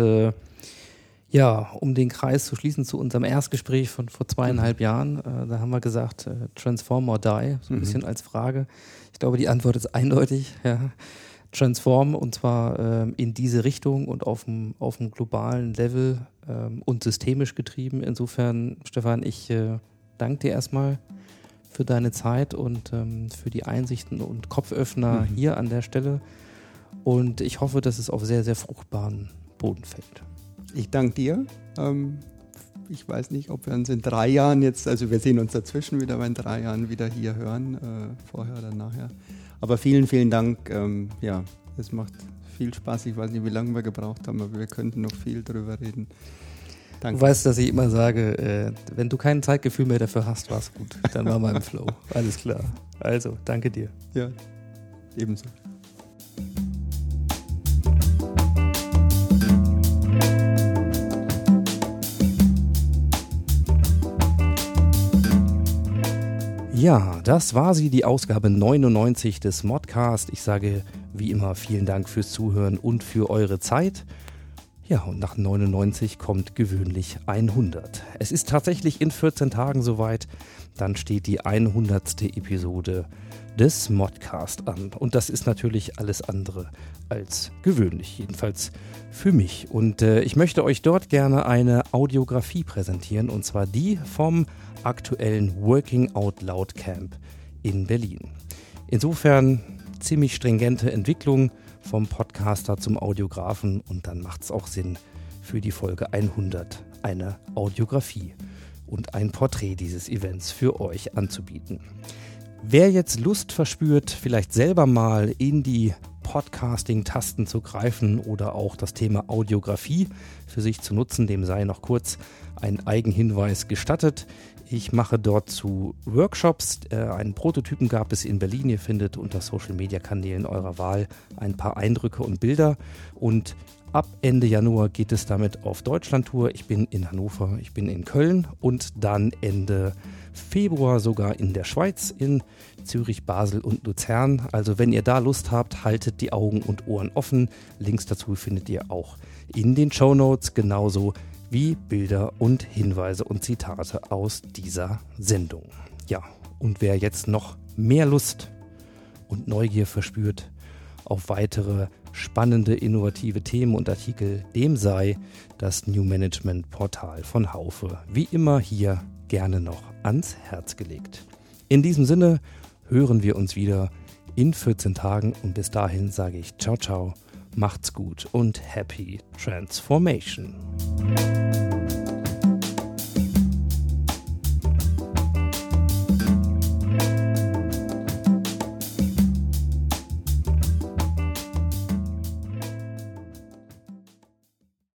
um den Kreis zu schließen zu unserem Erstgespräch von vor 2,5 Jahren, da haben wir gesagt, transform or die, so ein bisschen als Frage. Ich glaube, die Antwort ist eindeutig. Ja. Transform, und zwar in diese Richtung und auf dem globalen Level und systemisch getrieben. Insofern, Stefan, ich danke dir erstmal für deine Zeit und für die Einsichten und Kopföffner hier an der Stelle. Und ich hoffe, dass es auf sehr, sehr fruchtbaren Boden fällt. Ich danke dir. Ich weiß nicht, ob wir uns in 3 Jahren jetzt, also wir sehen uns dazwischen wieder, aber in 3 Jahren wieder hier hören, vorher oder nachher. Aber vielen, vielen Dank. Es macht viel Spaß. Ich weiß nicht, wie lange wir gebraucht haben, aber wir könnten noch viel drüber reden. Danke. Du weißt, dass ich immer sage, wenn du kein Zeitgefühl mehr dafür hast, war es gut. Dann war mal im Flow. Alles klar. Also, danke dir. Ja, ebenso. Ja, das war sie, die Ausgabe 99 des Modcast. Ich sage wie immer vielen Dank fürs Zuhören und für eure Zeit. Ja, und nach 99 kommt gewöhnlich 100. Es ist tatsächlich in 14 Tagen soweit. Dann steht die 100. Episode des Modcast an. Und das ist natürlich alles andere als gewöhnlich, jedenfalls für mich. Und ich möchte euch dort gerne eine Audiografie präsentieren, und zwar die vom aktuellen Working Out Loud Camp in Berlin. Insofern ziemlich stringente Entwicklung vom Podcaster zum Audiografen, und dann macht es auch Sinn, für die Folge 100 eine Audiografie und ein Porträt dieses Events für euch anzubieten. Wer jetzt Lust verspürt, vielleicht selber mal in die Podcasting-Tasten zu greifen oder auch das Thema Audiografie für sich zu nutzen, dem sei noch kurz ein Eigenhinweis gestattet. Ich mache dort zu Workshops. Einen Prototypen gab es in Berlin. Ihr findet unter Social-Media-Kanälen eurer Wahl ein paar Eindrücke und Bilder. Und ab Ende Januar geht es damit auf Deutschlandtour. Ich bin in Hannover, ich bin in Köln und dann Ende Februar sogar in der Schweiz, in Zürich, Basel und Luzern. Also wenn ihr da Lust habt, haltet die Augen und Ohren offen. Links dazu findet ihr auch in den Shownotes, genauso wie Bilder und Hinweise und Zitate aus dieser Sendung. Ja, und wer jetzt noch mehr Lust und Neugier verspürt auf weitere spannende, innovative Themen und Artikel, dem sei das New Management Portal von Haufe wie immer hier gerne noch ans Herz gelegt. In diesem Sinne hören wir uns wieder in 14 Tagen und bis dahin sage ich ciao, ciao, macht's gut und happy Transformation.